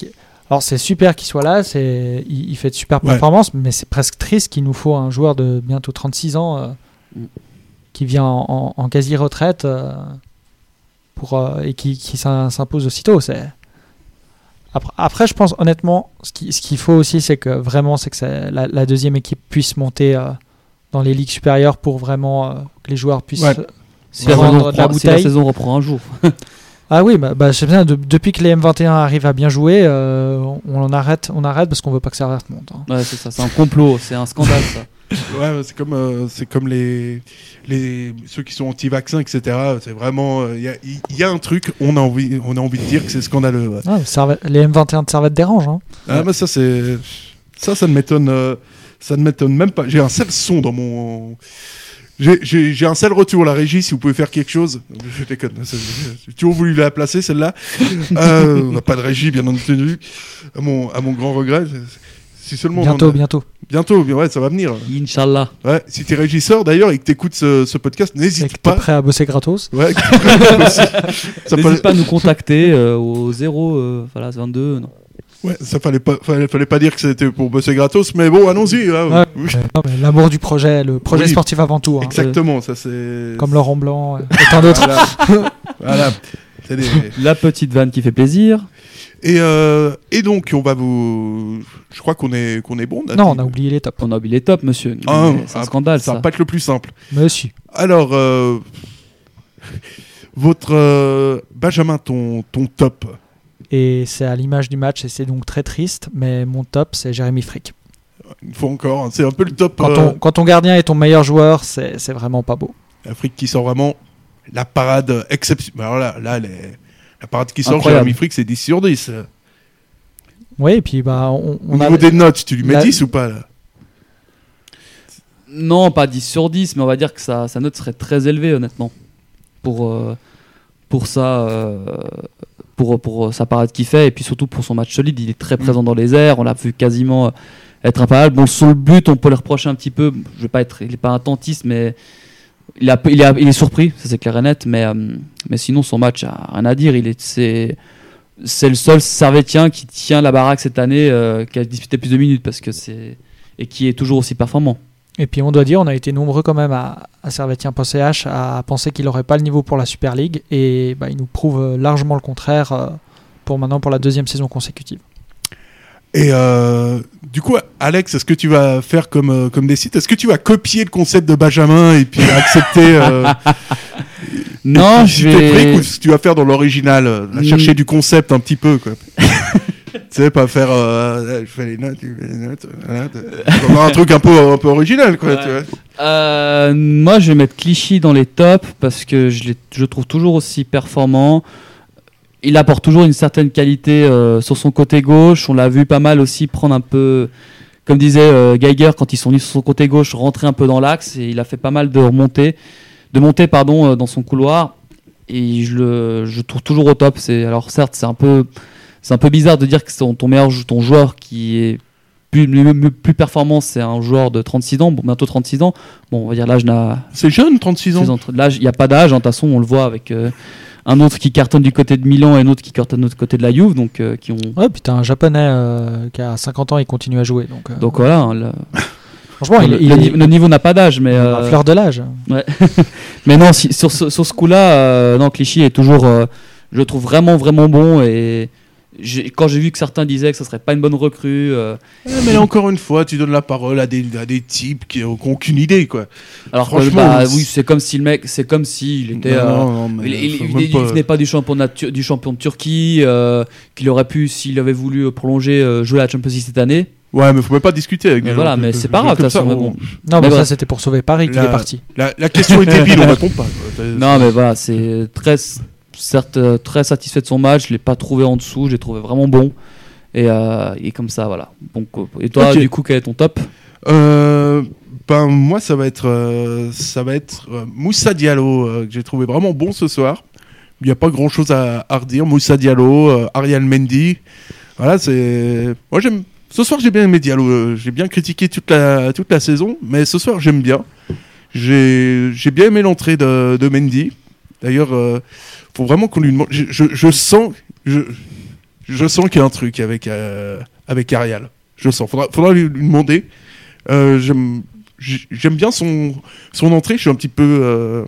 Alors c'est super qu'il soit là, c'est, il, il fait de super Ouais. performances, mais c'est presque triste qu'il nous faut un joueur de bientôt trente-six ans euh, qui vient en, en- en quasi-retraite euh, pour, euh, et qui, qui s'im- s'impose aussitôt. C'est... Après, après, je pense honnêtement, ce, qui, ce qu'il faut aussi, c'est que vraiment, c'est que c'est la, la deuxième équipe puisse monter euh, dans les ligues supérieures pour vraiment euh, que les joueurs puissent Ouais. euh, Si la, prendre saison de la reprend, si la bouteille. saison reprend un jour. Ah oui, bah, bah, c'est bien. de- depuis que les M vingt et un arrivent à bien jouer, euh, on en arrête, on arrête parce qu'on veut pas que ça remonte. Hein. Ouais, c'est ça, c'est un complot, c'est un scandale ça. Ouais, c'est comme, euh, c'est comme les, les, ceux qui sont anti-vaccins, et cetera. C'est vraiment, il y, a, y a un truc, on a envie, on a envie de dire que c'est scandaleux. Ouais. Ah, Servet- les M vingt et un de Servette dérangent. Hein. Ah, bah ça, c'est, ça, ça ne m'étonne, euh, ça ne m'étonne même pas. J'ai un seul son dans mon, j'ai, j'ai, j'ai un seul retour, la régie, si vous pouvez faire quelque chose. Je déconne. c'est- J'ai toujours voulu la placer, celle-là. euh, on n'a pas de régie, bien entendu. À mon, à mon grand regret. Si seulement on Bientôt, en a- bientôt. Bientôt, ouais, ça va venir. Inch'Allah. Ouais, si t'es régisseur d'ailleurs et que t'écoutes ce, ce podcast, Et n'hésite que t'es pas. prêt à bosser gratos. Ouais, que t'es prêt aussi. ça, N'hésite fallait... pas à nous contacter euh, au zéro, euh, voilà, vingt-deux, non. Ouais, ça fallait pas, fallait, fallait pas dire que c'était pour bosser gratos, mais bon, allons-y. Hein. Ouais. Oui. Non, mais l'amour du projet, le projet Oui. sportif avant tout. Hein. Exactement, ça c'est. Comme Laurent Blanc euh, et tant d'autres. Voilà. Voilà. C'est des- La petite vanne qui fait plaisir. Et, euh, et donc, on va vous. Je crois qu'on est, qu'on est bon. Nathan. Non, on a oublié les tops. On a oublié les tops, monsieur. Ah, Mais c'est un ah, scandale Ça ça. va pas être le plus simple. Monsieur. Alors, euh, votre. euh, Benjamin, ton, ton top. Et c'est à l'image du match et c'est donc très triste, mais mon top, c'est Jérémy Frick. Une fois encore, hein, c'est un peu le top. Quand, euh, ton, quand ton gardien est ton meilleur joueur, c'est, c'est vraiment pas beau. Afrique qui sort vraiment la parade exceptionnelle. Alors là, là les... la parade qui sort, Incroyable. Jérémy Frick, c'est dix sur dix. Oui, et puis bah, on, Au on a. niveau des notes, tu lui mets la- dix ou pas là? Non, pas dix sur dix, mais on va dire que sa, sa note serait très élevée, honnêtement. Pour, euh, pour, ça, euh, pour, pour sa parade qu'il fait, et puis surtout pour son match solide. Il est très présent dans les airs, on l'a vu quasiment être imparable. Bon, sur le but, on peut le reprocher un petit peu. Je vais pas être, il n'est pas attentiste, mais il, a, il, a, il est surpris, ça c'est clair et net. Mais, euh, mais sinon, son match, a rien à dire. Il est, c'est, c'est le seul Servettien qui tient la baraque cette année, euh, qui a disputé plus de minutes, parce que c'est, et qui est toujours aussi performant. Et puis on doit dire, on a été nombreux quand même à, à Servetien point C H à penser qu'il n'aurait pas le niveau pour la Super League. Et bah, il nous prouve largement le contraire euh, pour maintenant pour la deuxième saison consécutive. Et euh, du coup, Alex, est-ce que tu vas faire comme, euh, comme des sites? Est-ce que tu vas copier le concept de Benjamin et puis accepter euh, Non, et puis, je si t'es vais... fric, ou si tu vas faire dans l'original, euh, Mm. chercher du concept un petit peu, quoi. Tu sais, pas faire. Euh, je fais les notes, je fais les notes. Voilà, t'as- un truc un peu, un peu original, quoi. Ouais. Tu vois. Euh, moi, je vais mettre Clichy dans les tops parce que je, l'ai- je le trouve toujours aussi performant. Il apporte toujours une certaine qualité euh, sur son côté gauche. On l'a vu pas mal aussi prendre un peu, comme disait euh, Geiger, quand ils sont venus sur son côté gauche, rentrer un peu dans l'axe. Et il a fait pas mal de remontées, de montées pardon, euh, dans son couloir. Et je le je le trouve toujours au top. C'est, alors certes, c'est un peu, c'est un peu bizarre de dire que c'est ton, ton meilleur jou- ton joueur qui est plus, le- le plus performant, c'est un joueur de trente-six ans, bon, bientôt trente-six ans. Bon, on va dire l'âge n'a. C'est jeune, trente-six ans. L'âge, il n'y a pas d'âge, hein, de toute façon, on le voit avec euh, un autre qui cartonne du côté de Milan et un autre qui cartonne de l'autre côté de la Juve, donc euh, qui ont. Ouais, puis t'as un japonais euh, qui a cinquante ans et continue à jouer. Donc, euh, Donc voilà, hein, le, franchement, il, le, il le est ni- le niveau n'a pas d'âge, mais. à euh, fleur de l'âge. Ouais. Mais non, si- sur ce, sur ce coup-là, euh, non, Clichy est toujours, euh, je le trouve vraiment, vraiment bon. Et j'ai- quand j'ai vu que certains disaient que ce serait pas une bonne recrue, euh, Ouais, mais là, encore une fois, tu donnes la parole à des, à des types qui n'ont aucune idée, quoi. alors que, Franchement, bah, c'est- oui, c'est comme si le mec, c'est comme s'il était. Non, euh, non, non, mais il, il- faut il- même il pas- venait pas du championnat de Tur- du champion de Turquie, euh, qu'il aurait pu, s'il avait voulu euh, prolonger, euh, jouer à la Champions League cette année. Ouais, mais faut même pas discuter avec Mais des voilà, gens mais que- c'est que- pas grave, comme de toute ça, façon, mais on- bon. Non, mais, Mais ça, bref. c'était pour sauver Paris qu'il La- est parti. La, la question est débile, on répond pas. quoi. Non, mais voilà, c'est très, certes, euh, très satisfait de son match. Je l'ai pas trouvé en dessous, j'ai trouvé vraiment bon. Et, euh, et comme ça, voilà. Donc, euh, et toi, Ok. du coup, quel est ton top? Euh, ben moi ça va être euh, ça va être euh, Moussa Diallo euh, que j'ai trouvé vraiment bon ce soir. Il n'y a pas grand chose à, à redire. Moussa Diallo, euh, Ariel Mendy, voilà c'est. Moi j'aime. Ce soir j'ai bien aimé Diallo. Euh, j'ai bien critiqué toute la toute la saison, mais ce soir j'aime bien. J'ai j'ai bien aimé l'entrée de, de Mendy. D'ailleurs, euh, faut vraiment qu'on lui demande. Je, je, je sens. Je, je sens qu'il y a un truc avec, euh, avec Arial. Je sens. Faudra, faudra lui, lui demander. Euh, j'aime, j'aime bien son, son entrée. Je suis un petit peu. Euh,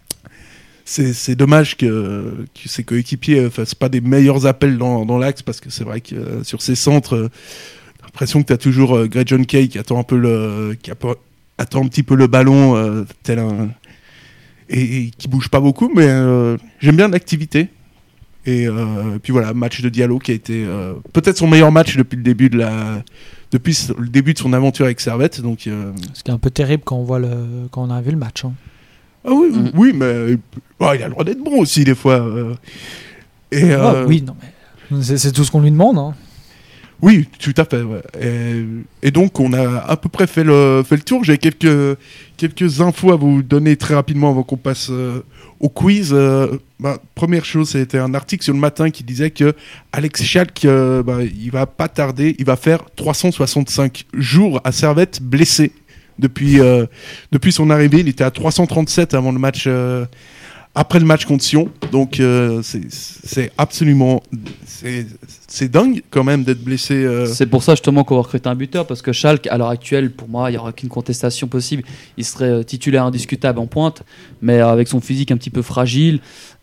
c'est, c'est dommage que, que ses coéquipiers ne fassent pas des meilleurs appels dans, dans l'axe, parce que c'est vrai que euh, sur ces centres, euh, j'ai l'impression que tu as toujours euh, Greg John Kay qui attend un peu le, qui attend un petit peu le ballon, euh, tel un, et, et qui bouge pas beaucoup. Mais euh, j'aime bien l'activité. Et euh, puis voilà, match de Diallo qui a été euh, peut-être son meilleur match depuis le début de la, depuis le début de son aventure avec Servette. Donc, euh... ce qui est un peu terrible quand on voit le, quand on a vu le match. Hein. Ah oui, mmh. oui, mais oh, il a le droit d'être bon aussi des fois. Euh... Et, euh... oh, oui, non mais c'est, c'est tout ce qu'on lui demande. Hein. Oui, tout à fait. Ouais. Et, et donc on a à peu près fait le, fait le tour. J'ai quelques, quelques infos à vous donner très rapidement avant qu'on passe euh, au quiz. Euh, bah, première chose, c'était un article sur le Matin qui disait que Alex Schalk, euh, bah, il va pas tarder, il va faire trois cent soixante-cinq jours à Servette blessé depuis euh, depuis son arrivée. Il était à trois cent trente-sept avant le match. Euh, Après le match contre Sion, donc euh, c'est, c'est absolument c'est, c'est dingue quand même d'être blessé. Euh... C'est pour ça justement qu'on va recruter un buteur, parce que Schalke à l'heure actuelle, pour moi, il n'y aura aucune contestation possible. Il serait titulaire indiscutable en pointe, mais avec son physique un petit peu fragile,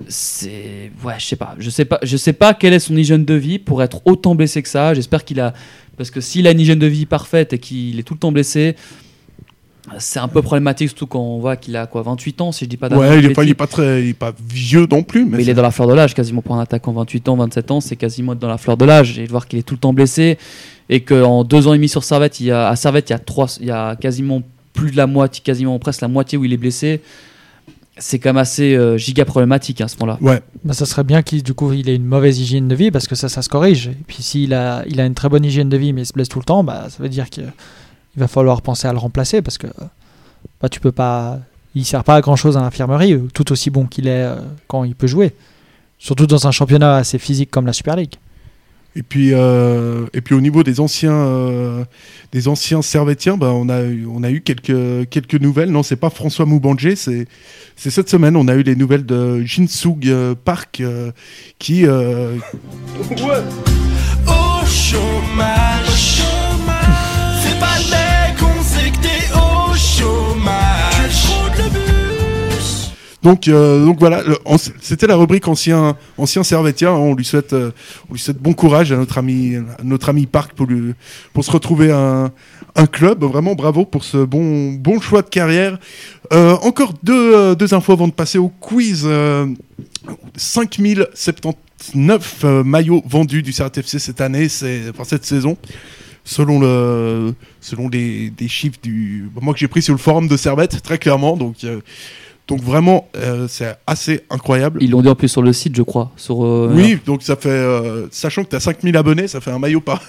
c'est ouais, je sais pas, je sais pas, je sais pas quelle est son hygiène de vie pour être autant blessé que ça. J'espère qu'il a, parce que s'il a une hygiène de vie parfaite et qu'il est tout le temps blessé. C'est un peu problématique, surtout quand on voit qu'il a quoi, vingt-huit ans, si je dis pas d'années. Ouais, il est pas, il est pas très, il est pas vieux non plus. Mais, mais il est dans la fleur de l'âge, quasiment pour un attaquant. vingt-huit ans, vingt-sept ans, c'est quasiment dans la fleur de l'âge. Et de voir qu'il est tout le temps blessé et qu'en deux ans et demi sur Servette, il y a, à Servette, il y a trois, il y a quasiment plus de la moitié, quasiment presque la moitié où il est blessé. C'est quand même assez euh, giga problématique hein, à ce moment-là. Ouais. Bah, ça serait bien qu'il du coup il ait une mauvaise hygiène de vie, parce que ça, ça se corrige. Et puis s'il a, il a une très bonne hygiène de vie mais il se blesse tout le temps, bah ça veut dire qu'il va falloir penser à le remplacer, parce que bah, tu peux pas, il sert pas à grand chose à l'infirmerie, tout aussi bon qu'il est euh, quand il peut jouer, surtout dans un championnat assez physique comme la Super League. Et puis, euh, et puis au niveau des anciens, euh, des anciens Servettiens, bah, on a, on a eu quelques, quelques nouvelles. Non, c'est pas François Moubandjé, c'est, c'est cette semaine. On a eu les nouvelles de Jinsug euh, Park euh, qui. Euh... Ouais. Au chômage, c'est pas dès qu'on sait que t'es au chômage. Tu fraudes le bus. Donc, euh, donc voilà, le, en, c'était la rubrique ancien, ancien Servettien. On lui souhaite, euh, on lui souhaite bon courage à notre ami, à notre ami Park pour lui, pour se retrouver un, un club. Vraiment bravo pour ce bon, bon choix de carrière. Euh, encore deux, euh, deux infos avant de passer au quiz. Euh, cinq mille soixante-dix-neuf euh, maillots vendus du Servette F C cette année, c'est, enfin cette saison. Selon, le, selon les, les chiffres du, moi que j'ai pris sur le forum de Servette, très clairement. Donc, euh, donc vraiment, euh, c'est assez incroyable. Ils l'ont dit en plus sur le site, je crois. Sur, euh, oui, alors. Donc ça fait, euh, sachant que tu as cinq mille abonnés, ça fait un maillot par.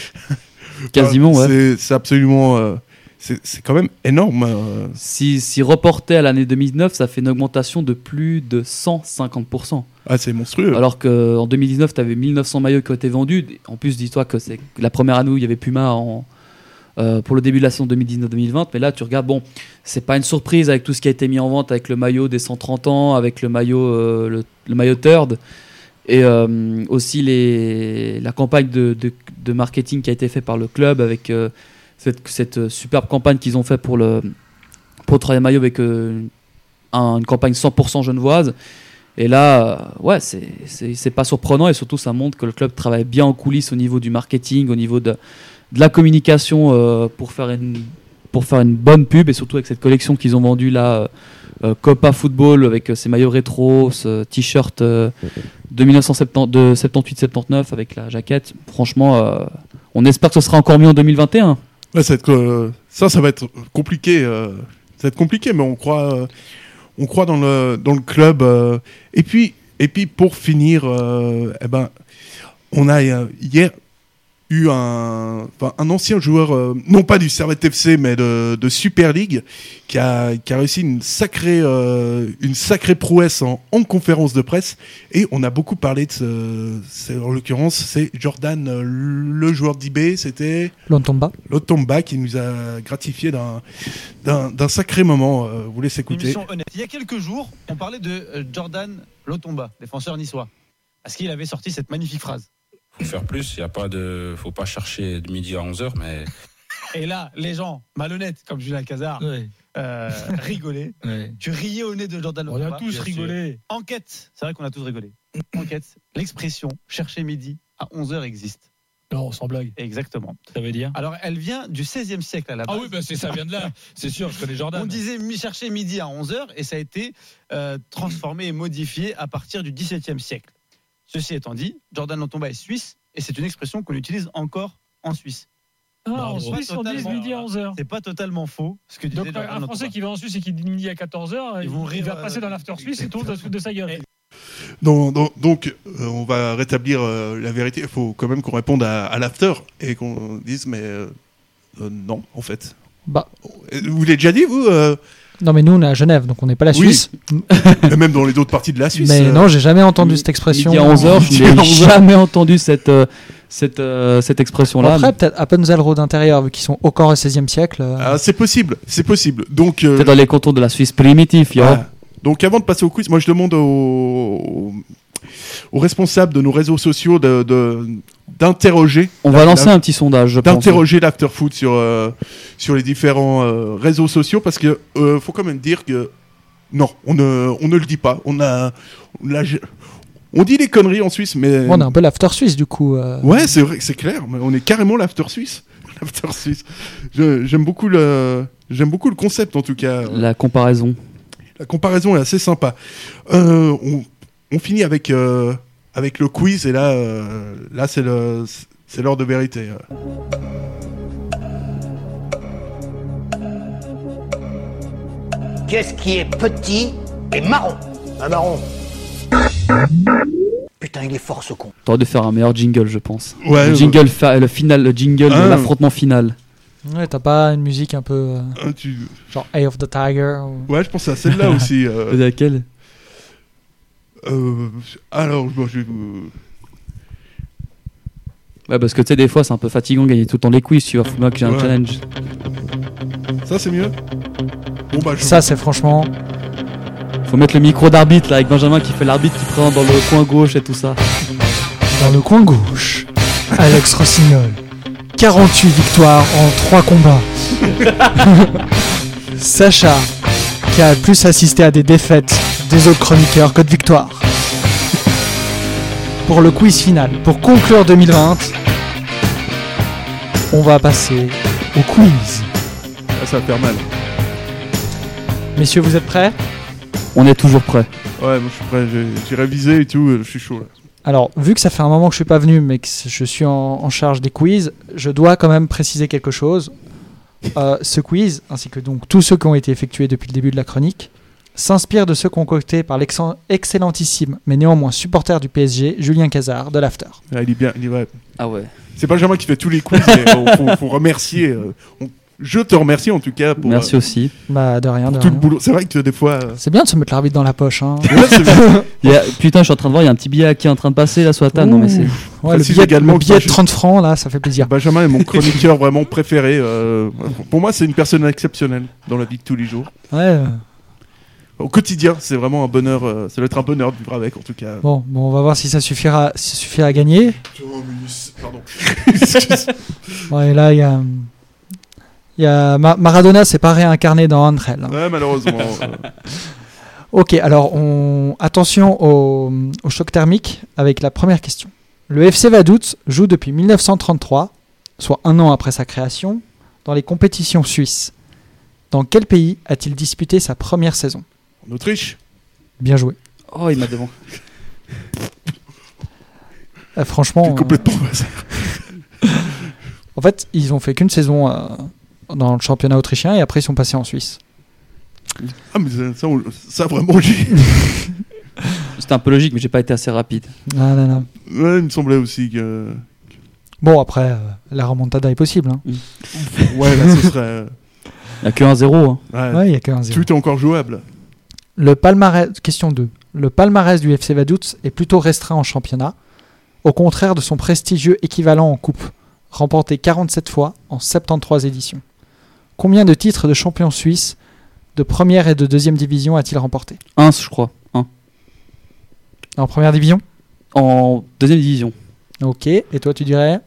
Quasiment, enfin, ouais. C'est, c'est absolument. Euh, c'est, c'est quand même énorme. Euh. Si, si reporté à l'année deux mille dix-neuf, ça fait une augmentation de plus de cent cinquante pour cent. Ah, c'est monstrueux. Alors qu'en deux mille dix-neuf, tu avais mille neuf cents maillots qui ont été vendus. En plus, dis-toi que c'est la première année où il y avait Puma en, euh, pour le début de la saison deux mille dix-neuf deux mille vingt. Mais là, tu regardes, bon, c'est pas une surprise avec tout ce qui a été mis en vente, avec le maillot des cent trente ans, avec le maillot, euh, le, le maillot Third. Et euh, aussi les, la campagne de, de, de marketing qui a été faite par le club avec euh, cette, cette superbe campagne qu'ils ont fait pour le, pour le troisième maillot avec euh, un, une campagne cent pour cent genevoise. Et là, euh, ouais, c'est, c'est, c'est pas surprenant, et surtout ça montre que le club travaille bien en coulisses au niveau du marketing, au niveau de, de la communication euh, pour, faire une, pour faire une bonne pub, et surtout avec cette collection qu'ils ont vendue là, euh, Copa Football, avec euh, ces maillots rétro, ce t-shirt euh, de dix-neuf cent soixante-dix-huit soixante-dix-neuf avec la jaquette. Franchement, euh, on espère que ce sera encore mieux en deux mille vingt et un. Ouais, ça, va être, euh, ça, ça va être compliqué. Euh, ça va être compliqué, mais on croit. Euh, On croit dans le, dans le club. Euh, et, puis, et puis, pour finir, euh, eh ben, on a euh, hier eu un, un ancien joueur, euh, non pas du Servette F C, mais de, de Super League, qui a, qui a réussi une sacrée, euh, une sacrée prouesse en, en conférence de presse. Et on a beaucoup parlé de ce. C'est, en l'occurrence, c'est Jordan, euh, le joueur d'I B. C'était. Lotomba. Lotomba qui nous a gratifié d'un, d'un, d'un sacré moment. Euh, vous laissez écouter. Il y a quelques jours, on parlait de Jordan Lotomba, défenseur niçois. Parce qu'il avait sorti cette magnifique phrase. Faut faire plus, il y a pas de, faut pas chercher de midi à onze heures, mais. Et là, les gens malhonnêtes comme Julien Cazard Ouais. euh, rigolaient. Ouais. Tu riais au nez de Jordan On a Lotomba. tous Bien rigolé. sûr. Enquête, c'est vrai qu'on a tous rigolé. Enquête, l'expression chercher midi à onze heures existe. Non, sans blague. Exactement. Ça veut dire Alors, elle vient du seizième siècle à la base. Ah oui, bah c'est, ça vient de là. C'est sûr, je connais Jordan. On disait mi- chercher midi à onze heures et ça a été euh, transformé et modifié à partir du dix-septième siècle. Ceci étant dit, Jordan Lotomba est suisse et c'est une expression qu'on utilise encore en Suisse. Ah, Bon, en c'est pas Suisse, on dit totalement- midi à onze heures. C'est pas totalement faux ce que disait Donc, Jordan un Français Lotomba. qui va en Suisse et qui dit midi à quatorze heures, Ils il, vont il rire, va passer euh, dans l'after suisse et tout le monde va se foutre de sa gueule. Donc, donc, donc, euh, on va rétablir euh, la vérité. Il faut quand même qu'on réponde à, à l'after et qu'on dise, mais euh, euh, non, en fait. Bah. Vous l'avez déjà dit, vous euh Non, mais nous, on est à Genève, donc on n'est pas la Oui. Suisse. Et même dans les autres parties de la Suisse. Mais euh, non, j'ai jamais entendu cette expression. Midi à onze heures, Midi je à n'ai onze heures. jamais entendu cette, euh, cette, euh, cette expression-là. Après, peut-être Appenzell d'intérieur, vu qu'ils sont au corps au seizième siècle. euh, Ah, c'est possible, c'est possible. Donc, euh, Peut-être dans les cantons de la Suisse primitive, yo. ah. Donc, avant de passer au quiz, moi, je demande aux, aux responsables de nos réseaux sociaux de, de- d'interroger. On va lancer un petit sondage, je pense. D'interroger l'afterfoot sur euh, sur les différents euh, réseaux sociaux parce que euh, faut quand même dire que non, on ne on ne le dit pas. On a on, l'a- on dit des conneries en Suisse, mais On est un peu l'after suisse, du coup. euh. ouais, c'est vrai, c'est clair. Mais on est carrément l'after suisse. L'after suisse. Je- j'aime beaucoup le j'aime beaucoup le concept en tout cas. La comparaison. La comparaison est assez sympa. Euh, on, on finit avec, euh, avec le quiz et là, euh, là c'est, le, c'est l'heure de vérité. Qu'est-ce qui est petit et marron? Un marron. Putain, il est fort ce con. T'aurais dû faire un meilleur jingle, je pense. Ouais, le jingle, fa- le final, le jingle Ah. de l'affrontement final. Ouais, t'as pas une musique un peu. euh, Ah, tu- genre Eye of the Tiger ou- Ouais, je pense à celle-là aussi. euh. Laquelle Euh, alors, bon, je... Ouais, parce que tu sais, des fois, c'est un peu fatigant de gagner tout le temps les quiz. Tu vois, faut bien que j'ai un Ouais. challenge. Ça, c'est mieux. Bon, bah, je... Ça, c'est franchement. Faut mettre le micro d'arbitre là, avec Benjamin qui fait l'arbitre qui prend dans le coin gauche et tout ça. Dans le coin gauche, Alex Rossignol. quarante-huit victoires en trois combats. Sacha, qui a plus assisté à des défaites des autres chroniqueurs que de victoires. Pour le quiz final, pour conclure deux mille vingt, on va passer au quiz. Ah, ça va faire mal. Messieurs, vous êtes prêts ? On est toujours prêt. Ouais, moi, je suis prêt. J'ai, j'ai révisé et tout. euh, Je suis chaud là. Alors, vu que ça fait un moment que je suis pas venu, mais que je suis en, en charge des quiz, je dois quand même préciser quelque chose. Euh, ce quiz, ainsi que donc tous ceux qui ont été effectués depuis le début de la chronique, s'inspire de ceux concoctés par l'excellentissime, mais néanmoins supporter du P S G, Julien Cazard, de l'After. Ah, il est bien. Il est vrai. Ah ouais. C'est Benjamin qui fait tous les quiz. mais bon, faut, faut remercier. euh, on- Je te remercie en tout cas pour, Merci euh, aussi. Bah, de rien, pour de tout rien. le boulot. C'est vrai que des fois. euh, C'est bien de se mettre l'arbitre dans la poche. Hein. ouais, c'est bien. Il y a- Putain, je suis en train de voir, il y a un petit billet qui est en train de passer là sur la table. Non, mais c'est. Ouais, le Précise billet, également le que billet de Benj- trente francs, là, ça fait plaisir. Benjamin est mon chroniqueur vraiment préféré. euh, pour moi, c'est une personne exceptionnelle dans la vie de tous les jours. Ouais. euh, Au quotidien, c'est vraiment un bonheur. euh, ça doit être un bonheur de vivre avec, en tout cas. Bon, bon, on va voir si ça suffira, si ça suffira à gagner. Pardon. Bon, et là, il y a, il y a Ma- Maradona, c'est pas réincarné dans Andrel. Hein. Ouais, malheureusement. euh, Ok, alors on... attention au... au choc thermique avec la première question. Le F C Vaduz joue depuis mille neuf cent trente-trois, soit un an après sa création, dans les compétitions suisses. Dans quel pays a-t-il disputé sa première saison ? en Autriche. Bien joué. Oh, il m'a devant. Euh, franchement, C'est euh, complètement au hasard. en fait, ils ont fait qu'une saison euh, dans le championnat autrichien et après ils sont passés en Suisse. Ah, mais ça, ça, on- ça, vraiment, j'ai. C'était un peu logique, mais j'ai pas été assez rapide. Ah, non, non. Ouais, il me semblait aussi que. Bon, après, euh, la remontada est possible. Hein. Ouais, là, ce serait. euh, Il n'y a que un zéro. Hein. Ouais, Ouais, il y a qu'un zéro. tout est encore jouable. Le palmarès, question deux. Le palmarès du F C Vaduz est plutôt restreint en championnat, au contraire de son prestigieux équivalent en coupe, remporté quarante-sept fois en soixante-treize éditions. Combien de titres de champion suisse de première et de deuxième division a-t-il remporté ? Un, je crois. Un. En première division ? En deuxième division. Ok, et toi tu dirais?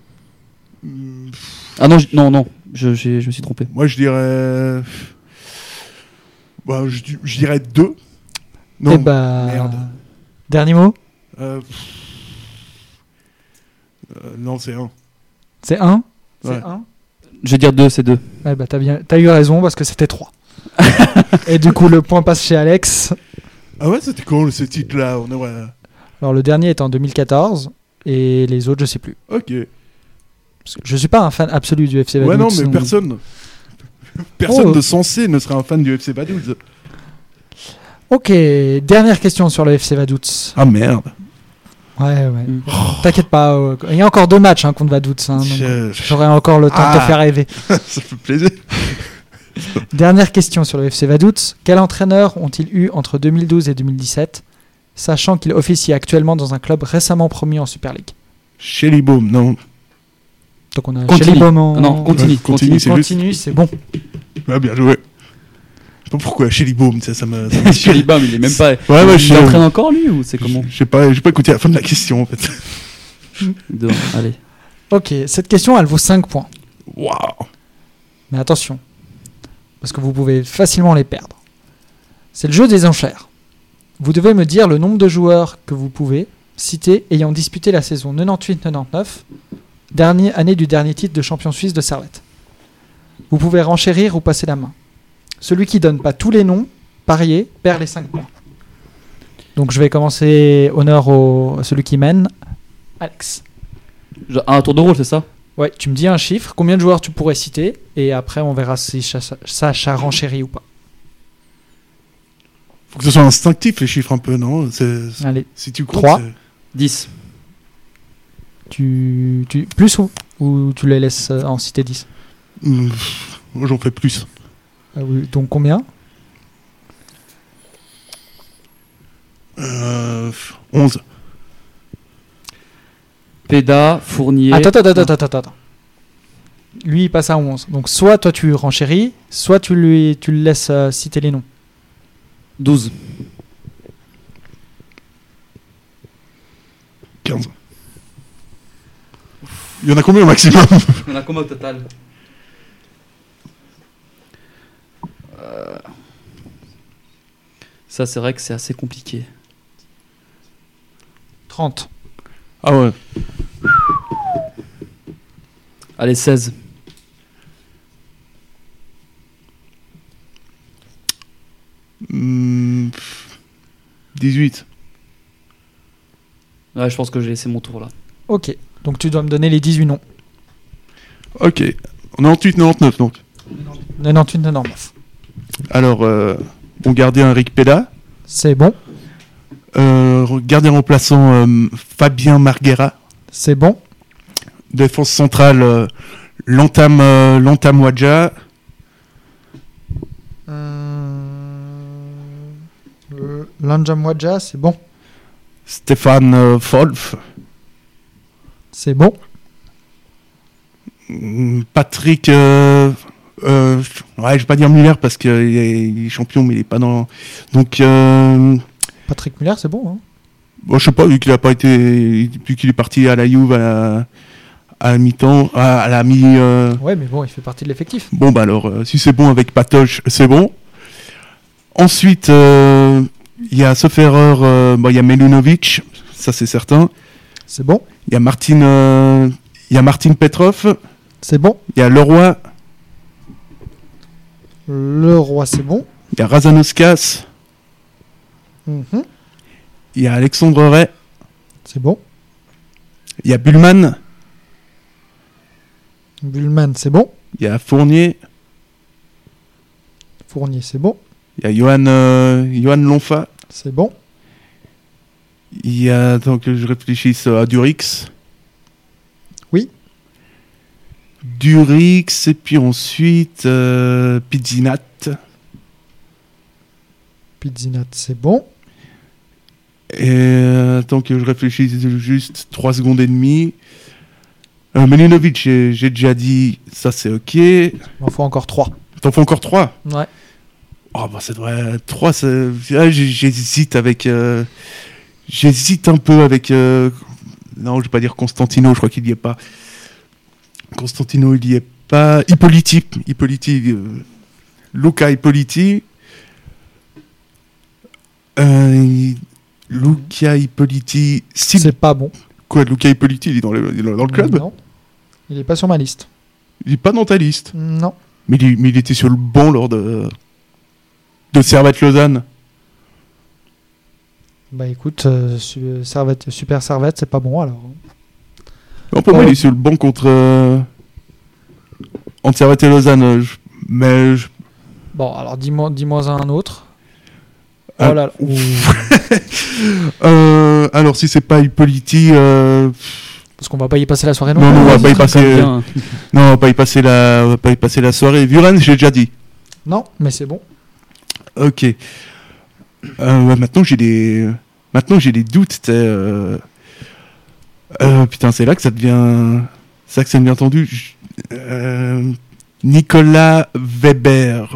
Ah non, je- non, non, je, j'ai- je me suis trompé. Moi, je dirais. Bah, je, je dirais deux. Non, Eh bah, merde. dernier mot? Euh, euh, non, c'est un. C'est un? Ouais. C'est un? Je vais dire deux, c'est deux. Ouais, bah, t'as, bien, t'as eu raison parce que c'était trois. Et du coup, le point passe chez Alex. Ah ouais, c'était quand ce titre-là? On aurait... Alors, le dernier est en deux mille quatorze et les autres, je sais plus. Ok. Parce que je suis pas un fan absolu du F C Vaduz. Ouais, non, mais donc- personne. Personne Oh. de sensé ne serait un fan du F C Vaduz. Ok, dernière question sur le F C Vaduz. Ah merde. Ouais, ouais. T'inquiète pas, euh, il y a encore deux matchs hein, contre Vaduz. Hein, donc, Je- j'aurai encore le temps de te Ah. faire rêver. Ça fait plaisir. Dernière question sur le F C Vaduz. Quel entraîneur ont-ils eu entre deux mille douze et deux mille dix-sept, sachant qu'il officie actuellement dans un club récemment promu en Super League? Shelly Baum, non. Donc on a Continue. Shelly Baum en... Non, continue, Ouais, continue, continue. c'est juste. Continue, c'est bon. Ah, bien joué. Je sais pas pourquoi Shelly Baum, ça, ça me. ça me- Shelly Baum, il est même pas. Ouais, ouais, il je- entraîne encore lui ou c'est comment? J'ai pas, j'ai pas écouté la fin de la question en fait. Deux, allez. Ok, cette question, elle vaut cinq points. Waouh. Mais attention, parce que vous pouvez facilement les perdre. C'est le jeu des enchères. Vous devez me dire le nombre de joueurs que vous pouvez citer ayant disputé la saison quatre-vingt-huit quatre-vingt-dix-neuf, dernière année du dernier titre de champion suisse de Servette. Vous pouvez renchérir ou passer la main. Celui qui donne pas tous les noms, parier, perd les cinq points. Donc je vais commencer honneur au, à celui qui mène, Alex. Genre, un tour de rôle, c'est ça? Ouais, tu me dis un chiffre, combien de joueurs tu pourrais citer, et après on verra si ça, ça, ça renchérit ou pas. Faut que ce soit instinctif les chiffres un peu, non? C'est... Allez, Si tu comptes. trois. c'est- dix. Tu, tu, plus ou, ou tu les laisses euh, en citer dix? Hum, Moi j'en fais plus. Ah oui, donc combien? Euh, onze. Péda, Fournier. Attends, attends, attends, attends, attends. Lui il passe à onze. Donc soit toi tu renchéris, soit tu, lui, tu le laisses euh, citer les noms. douze. quinze. Il y en a combien au maximum? On a combien au total? Euh, Ça, c'est vrai que c'est assez compliqué. trente. Ah ouais. Allez, seize. Hum, dix-huit. Ouais, je pense que j'ai laissé mon tour là. Ok, donc tu dois me donner les dix-huit noms. Ok. quatre-vingt-huit quatre-vingt-dix-neuf donc. quatre-vingt-huit quatre-vingt-dix-neuf. Alors, euh, bon gardien Eric Pella. C'est bon, Euh, gardien remplaçant euh, Fabien Marguera. c'est bon, Défense centrale euh, Lantam, euh, Lantam Wadja. Euh, Lanjam Wadja, c'est bon. Stéphane euh, Folf. C'est bon. Hum, Patrick. Euh, euh, ouais, je vais pas dire Muller parce qu'il est, il est champion, mais il est pas dans. Donc. Euh, Patrick Muller, c'est bon. Hein. bon, je sais pas, vu qu'il a pas été. Vu qu'il est parti à la Juve à la, à la mi-temps. À, à la mi. euh, Ouais, mais bon, il fait partie de l'effectif. Bon, bah alors, euh, si c'est bon avec Patoche, c'est bon. Ensuite, il euh, y a sauf erreur, euh, bah, il y a Melunovic, ça c'est certain. C'est bon. Il y a Martin, euh, il y a Martin Petrov. C'est bon. Il y a Leroy. Leroy, c'est bon. Il y a Razanauskas. Mhm. Il y a Alexandre Ray. C'est bon. Il y a Bullman. Bullman, c'est bon. Il y a Fournier. Fournier, c'est bon. Il y a Johan, euh, Johan Lonfa. C'est bon. Il y a, tant que je réfléchisse, à Durix. Oui. Durix, et puis ensuite, euh, Pizzinat. Pizzinat, c'est bon. Et euh, tant que je réfléchisse juste trois secondes et demie. Euh, Melinovic, j'ai, j'ai déjà dit, ça c'est ok. Il en faut encore trois. T'en fais encore trois? Ouais. Oh bah ça devrait être trois. Ça... Ah, j'hésite avec. Euh... J'hésite un peu avec. Euh... non, je vais pas dire Constantino, je crois qu'il y est pas. Constantino, il y est pas. Hippolyte, Hippolyte, euh, Luca Hippolyte. Euh, Luca Hippolyte. Si... C'est pas bon. Quoi, Luca Hippolyte, il est dans le, il est dans le club? Non. Il est pas sur ma liste. Il est pas dans ta liste? Non. Mais il, mais il était sur le banc lors de. de Servette Lausanne. Bah écoute, euh, su- Servette, Super Servette, c'est pas bon alors. Non, pour Oh. moi, il est sur le banc contre. Euh... entre Servette et Lausanne. euh, je- Mais. je- Bon, alors dis-moi, dis-moi un autre. Ah. Oh là là. Ouh. Euh, alors, si c'est pas Hippolyte. Euh... Parce qu'on va pas y passer la soirée non Non, non, on va plus. pas y très passer. bien. Non, on va pas y passer la, on va pas y passer la soirée. Vuren, j'ai déjà dit. Non, mais c'est bon. Ok. Euh, ouais, maintenant j'ai des, maintenant j'ai des doutes. t'sais, Euh... Euh, putain, c'est là que ça devient, c'est là que ça devient tendu. Je- Euh... Nicolas Weber.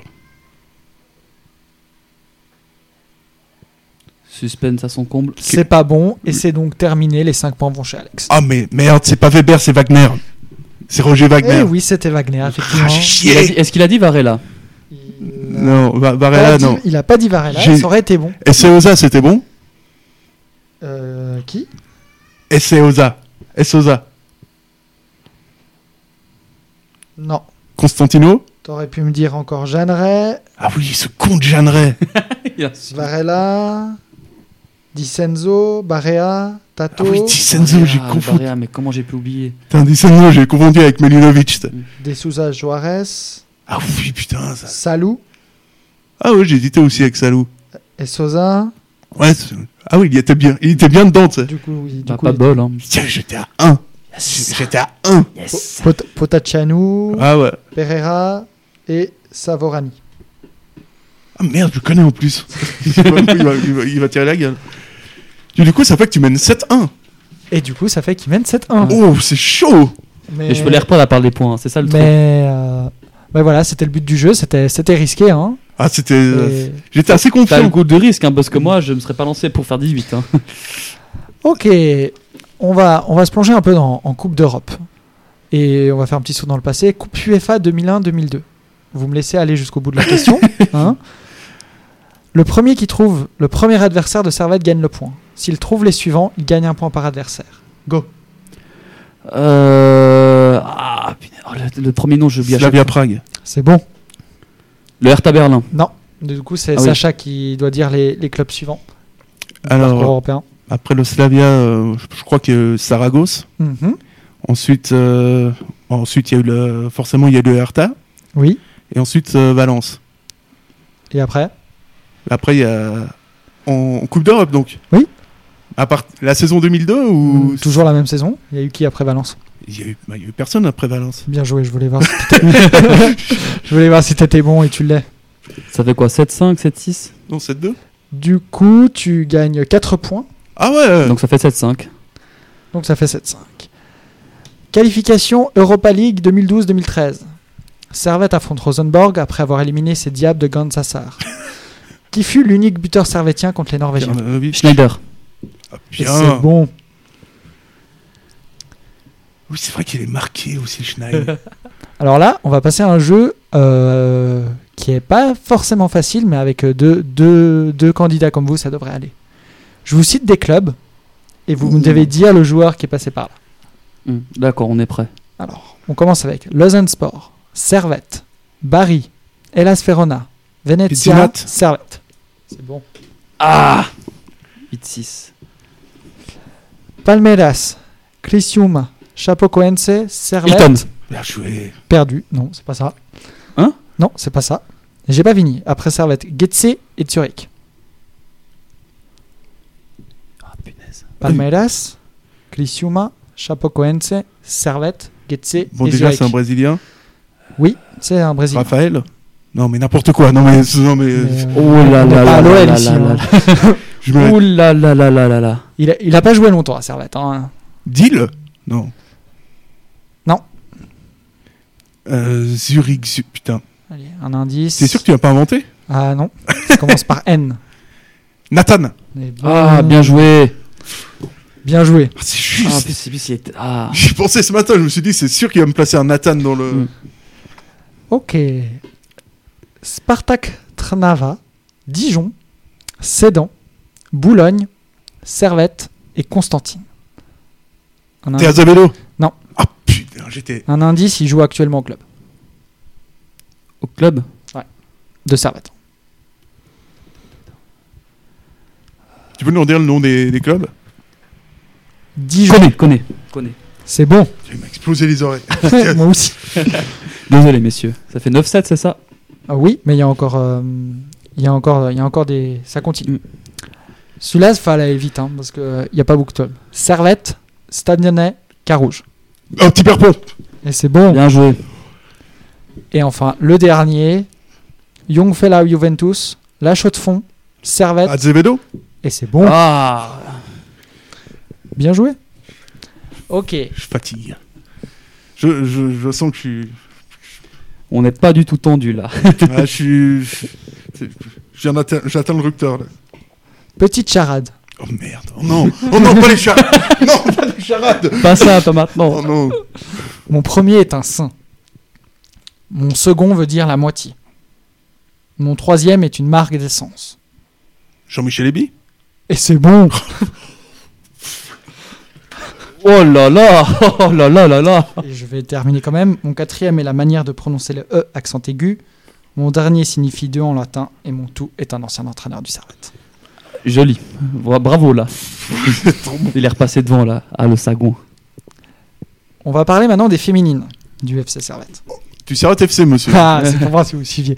Suspense à son comble. C'est pas bon et c'est donc terminé. Les cinq points vont chez Alex. Ah mais merde, c'est pas Weber, c'est Wagner. C'est Roger Wagner. Eh oui, c'était Wagner, effectivement. Ah, j'ai chié. Il a dit- Est-ce qu'il a dit Varela? Non, Va- Pas Varela, dit- non. Il a pas dit Varela, J'ai- ça aurait été bon. Esseosa, c'était bon. Euh, qui Esseosa. Esseosa. Non. Constantino. T'aurais pu me dire encore Jeanneret, Ah oui, ce con de Jeanneret. Varela, Di Cenzo, Barea, Tato, Ah oui, Di Cenzo, j'ai Ah, confondu. Barea, mais comment j'ai pu oublier? Putain, Di Cenzo, j'ai confondu avec Melinovic. t'sais. De Souza Juarez, Ah oui, putain. Ça... Salou, Ah ouais, j'ai hésité aussi avec Salou. et Sosa. Ouais. c'est- Ah oui, il était bien, il était bien dedans, tu sais. Du coup, oui. Du Bah, coup, pas il- de bol, hein. Tiens, j'étais à un. J'étais à un. Pot- Potacianu, Ah ouais. Pereira et Savorani. Ah merde, je le connais en plus. il, va, il, va, il va- il va tirer la gueule. Du coup, ça fait que tu mènes sept un. Et du coup, ça fait qu'il mène sept un. Oh, c'est chaud. Mais, Et je peux les reprendre à part des points, c'est ça le truc. mais, euh, mais voilà, c'était le but du jeu. C'était, c'était risqué. Hein. Ah, c'était. euh, Et- J'étais assez T'as le confiant. goût de risque, hein, parce que moi, je me serais pas lancé pour faire dix-huit. Hein. Ok, on va, on va se plonger un peu dans, en Coupe d'Europe. Et on va faire un petit saut dans le passé. Coupe UEFA deux mille un deux mille deux. Vous me laissez aller jusqu'au bout de la question. hein. Le premier qui trouve le premier adversaire de Servette gagne le point. S'il trouve les suivants, il gagne un point par adversaire. Go. Euh... Ah, putain, oh, le, le premier nom, je oublie à chaque Slavia fois. Prague. C'est bon. Le Hertha Berlin. Non. Du coup, c'est Ah oui. Sacha qui doit dire les, les clubs suivants. Parcours Alors, européen. après le Slavia, euh, je crois que Saragosse. Mhm. Ensuite, euh, ensuite, il y a eu le, forcément, il y a eu le Hertha. Oui. Et ensuite, euh, Valence. Et après Après, il y a. En, en Coupe d'Europe, donc. Oui. À part la saison deux mille deux ou. Toujours la même saison. Il y a eu qui après Valence? Il y a eu, bah, il y a eu personne après Valence. Bien joué, je voulais voir si t'étais... je voulais voir si t'étais bon et tu l'es. Ça fait quoi, sept cinq, sept six? Non, sept deux. Du coup, tu gagnes quatre points. Ah ouais. Donc ça fait sept cinq. Donc ça fait sept cinq. Qualification Europa League deux mille douze deux mille treize. Servette affronte Rosenborg après avoir éliminé ses diables de Gansassar. Qui fut l'unique buteur servettien contre les Norvégiens? Bernavovic. Schneider. Ah, Et bien. c'est bon. Oui, c'est vrai qu'il est marqué aussi, Schneider. Alors là, on va passer à un jeu euh, qui est pas forcément facile, mais avec deux, deux, deux candidats comme vous, ça devrait aller. Je vous cite des clubs et vous me devez dire le joueur qui est passé par là. Hum, D'accord, on est prêt. Alors, on commence avec Lausanne Sport, Servette, Bari, Hellas Verona, Venezia, Pizzimate. Servette. C'est bon. Ah huit six. Palmeiras, Criciúma, Chapecoense, Servette. Hilton. Bien joué. Perdu. Non, c'est pas ça. Hein? Non, c'est pas ça. J'ai pas fini. Après Servette, Getse et Zurich. Ah punaise. Palmeiras, Criciúma, Chapecoense, Servette, Getse Bon, et déjà, Zurich. c'est un Brésilien. Oui, c'est un Brésilien. Raphaël. Non, mais n'importe quoi. Non, mais. Non, mais... Mais, euh, Oh là on est là pas là à l'O L là ici, là hein. là. Je me... Oh là là là là là là. Il, a, il a pas joué longtemps à Servette. Hein. Deal. Non. Non. Euh, Zurich. Zu- Putain. Allez, un indice. C'est sûr que tu l'as pas inventé? Ah non, ça commence par N. Nathan. Mais bon. Ah, bien joué. Bien joué. Ah, c'est juste. Ah, en plus, c'est plus, il était- ah. J'y pensais ce matin, je me suis dit, c'est sûr qu'il va me placer un Nathan dans le. Mm. Ok. Spartak Trnava, Dijon, Sedan, Boulogne, Servette et Constantine. Un T'es indice- Azevedo? Non. Ah putain, j'étais. Un indice, il joue actuellement au club. Au club Ouais. De Servette. Tu peux nous redire le nom des, des clubs? Dijon. Connais, connais, connais. C'est bon. Il m'a explosé les oreilles. Moi aussi. Désolé, messieurs. Ça fait neuf sept, c'est ça? Ah oui, mais il y a encore, euh, il y a encore, il y a encore des, ça continue. Celui-là, il fallait aller vite, hein, parce que il y a pas beaucoup de clubs. Servette, Stade Lyonnais, Carouge. Oh, petit perpon. Et c'est bon. Bien joué. Et enfin, le dernier, Youngfella Juventus, La Chaux-de-Fonds, Servette. Azevedo. Et c'est bon. Ah. Bien joué. Ok. Je fatigue. Je, je, je sens que je suis. On n'est pas du tout tendu là. Ah, je suis. c'est- je viens d'atteindre- J'atteins le rupteur là. Petite charade. Oh merde. Oh non. Oh non, pas les charades. Non, pas les charades. Pas ça, toi maintenant. Oh non. Mon premier est un saint. Mon second veut dire la moitié. Mon troisième est une marque d'essence. Jean-Michel Léby. Et c'est bon. Oh là là. Oh là là là là. Et je vais terminer quand même. Mon quatrième est la manière de prononcer le E accent aigu. Mon dernier signifie deux en latin. Et mon tout est un ancien entraîneur du Servette. Joli. Bra- Bravo là. Il est repassé devant là. Ah, le Sagon. On va parler maintenant des féminines du F C Servette. Tu Servette F C, monsieur. Ah, c'est pour voir si vous suiviez.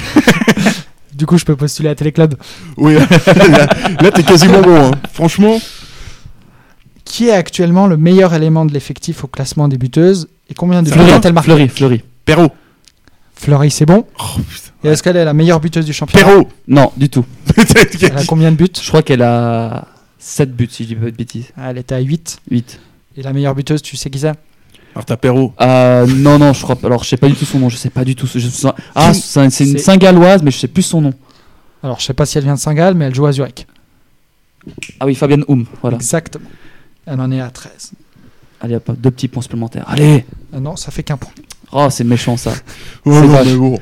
Du coup, je peux postuler à Téléclub. Oui, là, là, t'es quasiment bon. Hein. Franchement. Qui est actuellement le meilleur élément de l'effectif au classement des buteuses et combien de buts Fleury, a-t-elle marqué? Fleury, Fleury. Perrault. Fleury, c'est bon. Oh, putain. Et est-ce qu'elle est la meilleure buteuse du championnat? Perrault. Non, du tout. Elle a combien de buts? Je crois qu'elle a sept buts si je dis pas de bêtises. Ah, elle était à huit. huit. Et la meilleure buteuse, tu sais qui c'est? Martha Perrault. Euh, non, non, je crois pas. Alors, je sais pas du tout son nom. Je sais pas du tout. ce- je- ce- Ah, c'est c'est une C'est- Saint-Galloise, mais je sais plus son nom. Alors, je sais pas si elle vient de Saint-Gall, mais elle joue à Zurich. Ah oui, Fabienne Houm. Voilà. Exactement. Elle en est à treize. Allez, hop, deux petits points supplémentaires. Allez. Euh, non, ça fait qu'un point. Oh, c'est méchant ça. Oh, C'est non, vache. mais bon.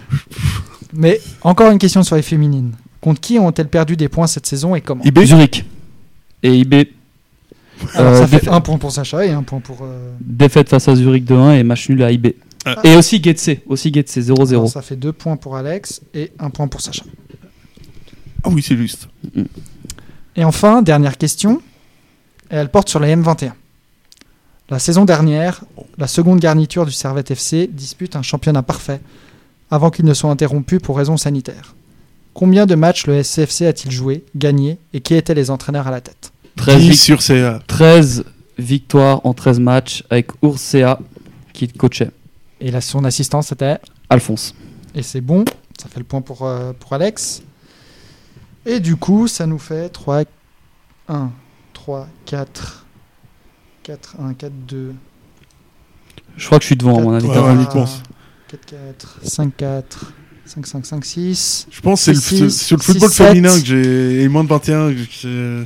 Mais encore une question sur les féminines. Contre qui ont-elles perdu des points cette saison et comment? I B. Zurich. Et I B. Alors, euh, ça fait défa- un point pour Sacha et un point pour. euh, Défaite face à Zurich deux un et match nul à I B. Ah. Et aussi Getse. Aussi Getse zéro zéro. alors, ça fait deux points pour Alex et un point pour Sacha. Ah oui, c'est juste. Et enfin, dernière question. Et elle porte sur la M vingt et un. La saison dernière, la seconde garniture du Servette F C dispute un championnat parfait avant qu'il ne soit interrompu pour raisons sanitaires. Combien de matchs le S C F C a-t-il joué, gagné et qui étaient les entraîneurs à la tête? treize, dix vic- sur C A. treize victoires en treize matchs avec Ursea qui coachait. Et la, son assistant, c'était. Alphonse. Et c'est bon, ça fait le point pour, euh, pour Alex. Et du coup, ça nous fait trois, un, trois, quatre, quatre, un, quatre, deux, Je crois que je suis devant à mon avis. Ouais, quatre, ouais, trois, je pense. quatre, quatre, cinq, quatre, cinq, cinq, cinq, six. Je pense que c'est le- six, c'est sur le football six, sept. féminin que j'ai. Et moins de vingt et un. que j'ai-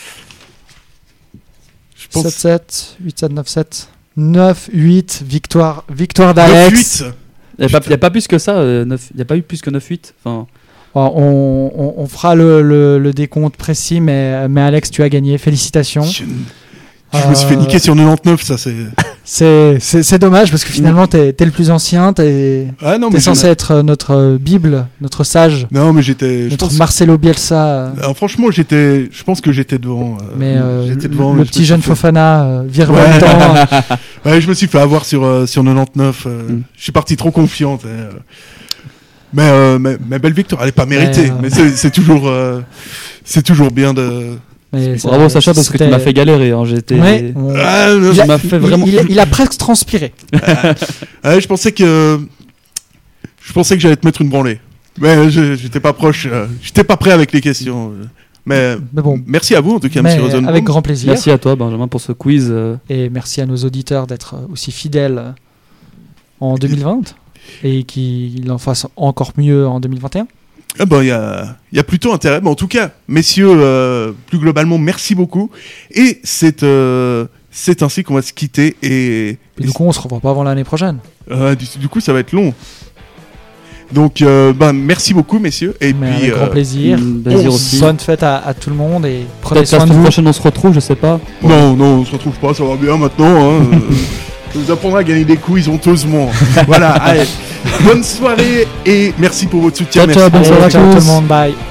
Je pense. sept, sept, huit, sept, neuf, sept, neuf, huit, victoire, victoire neuf d'Alex. huit. Il n'y a, pas- y a pas plus que ça. euh, neuf Il n'y a pas eu plus que neuf huit. Enfin, Oh, on, on- on fera le, le- le décompte précis, mais, mais Alex, tu as gagné. Félicitations. Je, je me suis fait Euh, niquer sur quatre-vingt-dix-neuf, ça c'est. C'est, c'est, c'est dommage parce que finalement, t'es, t'es le plus ancien. T'es, Ah non, t'es mais censé j'ai- être euh, notre euh, Bible, notre sage, Non, mais j'étais. je notre pense- Marcelo Bielsa. euh, Alors, franchement, j'étais. Je pense que j'étais devant. euh, mais euh, j'étais le, devant. le je me petit suis jeune fait- Fofana, euh, Ouais. virevoltant. Ouais, je me suis fait avoir sur, euh, sur quatre-vingt-dix-neuf. euh, Mm. Je suis parti trop confiant. t'sais, euh. Mais, euh, mais, mais belle victoire, elle est pas méritée. Mais, euh, Mais c'est c'est toujours, euh, c'est toujours bien de. Mais ça- bravo Sacha parce que tu c'était- m'as fait galérer. Hein. J'étais. Ouais, on- Ah, non, il, ça a, m'a fait il- vraiment- il a- il a presque transpiré. Ah, je pensais que. Je pensais que j'allais te mettre une branlée. Mais je- j'étais pas proche. euh, J'étais pas prêt avec les questions. euh. Mais, Mais bon, merci à vous en tout cas, mais monsieur Rosenbaum. avec grand plaisir. Merci à toi Benjamin pour ce quiz. euh. Et merci à nos auditeurs d'être aussi fidèles euh, en deux mille vingt et qu'ils en fassent encore mieux en deux mille vingt et un. Ah ben, il y a, y a plutôt intérêt. Mais en tout cas, messieurs, euh, plus globalement, merci beaucoup. Et c'est, euh, c'est ainsi qu'on va se quitter. Et, et du coup, on se revoit pas avant l'année prochaine. Euh, du, du coup, ça va être long. Donc, euh, ben, merci beaucoup, messieurs. Et Mais puis, avec grand euh, plaisir. plaisir aussi. Bonne fête à, à tout le monde et prenez Peut-être la soin de semaine vous. prochaine, on se retrouve, je sais pas. Non, non, on se retrouve pas, ça va bien maintenant. Hein. Je vous apprendrai à gagner des couilles honteusement. Voilà, allez. Bonne soirée et merci pour votre soutien. Ciao, ciao, merci. bonne soirée à Ciao tous. tout le monde, bye.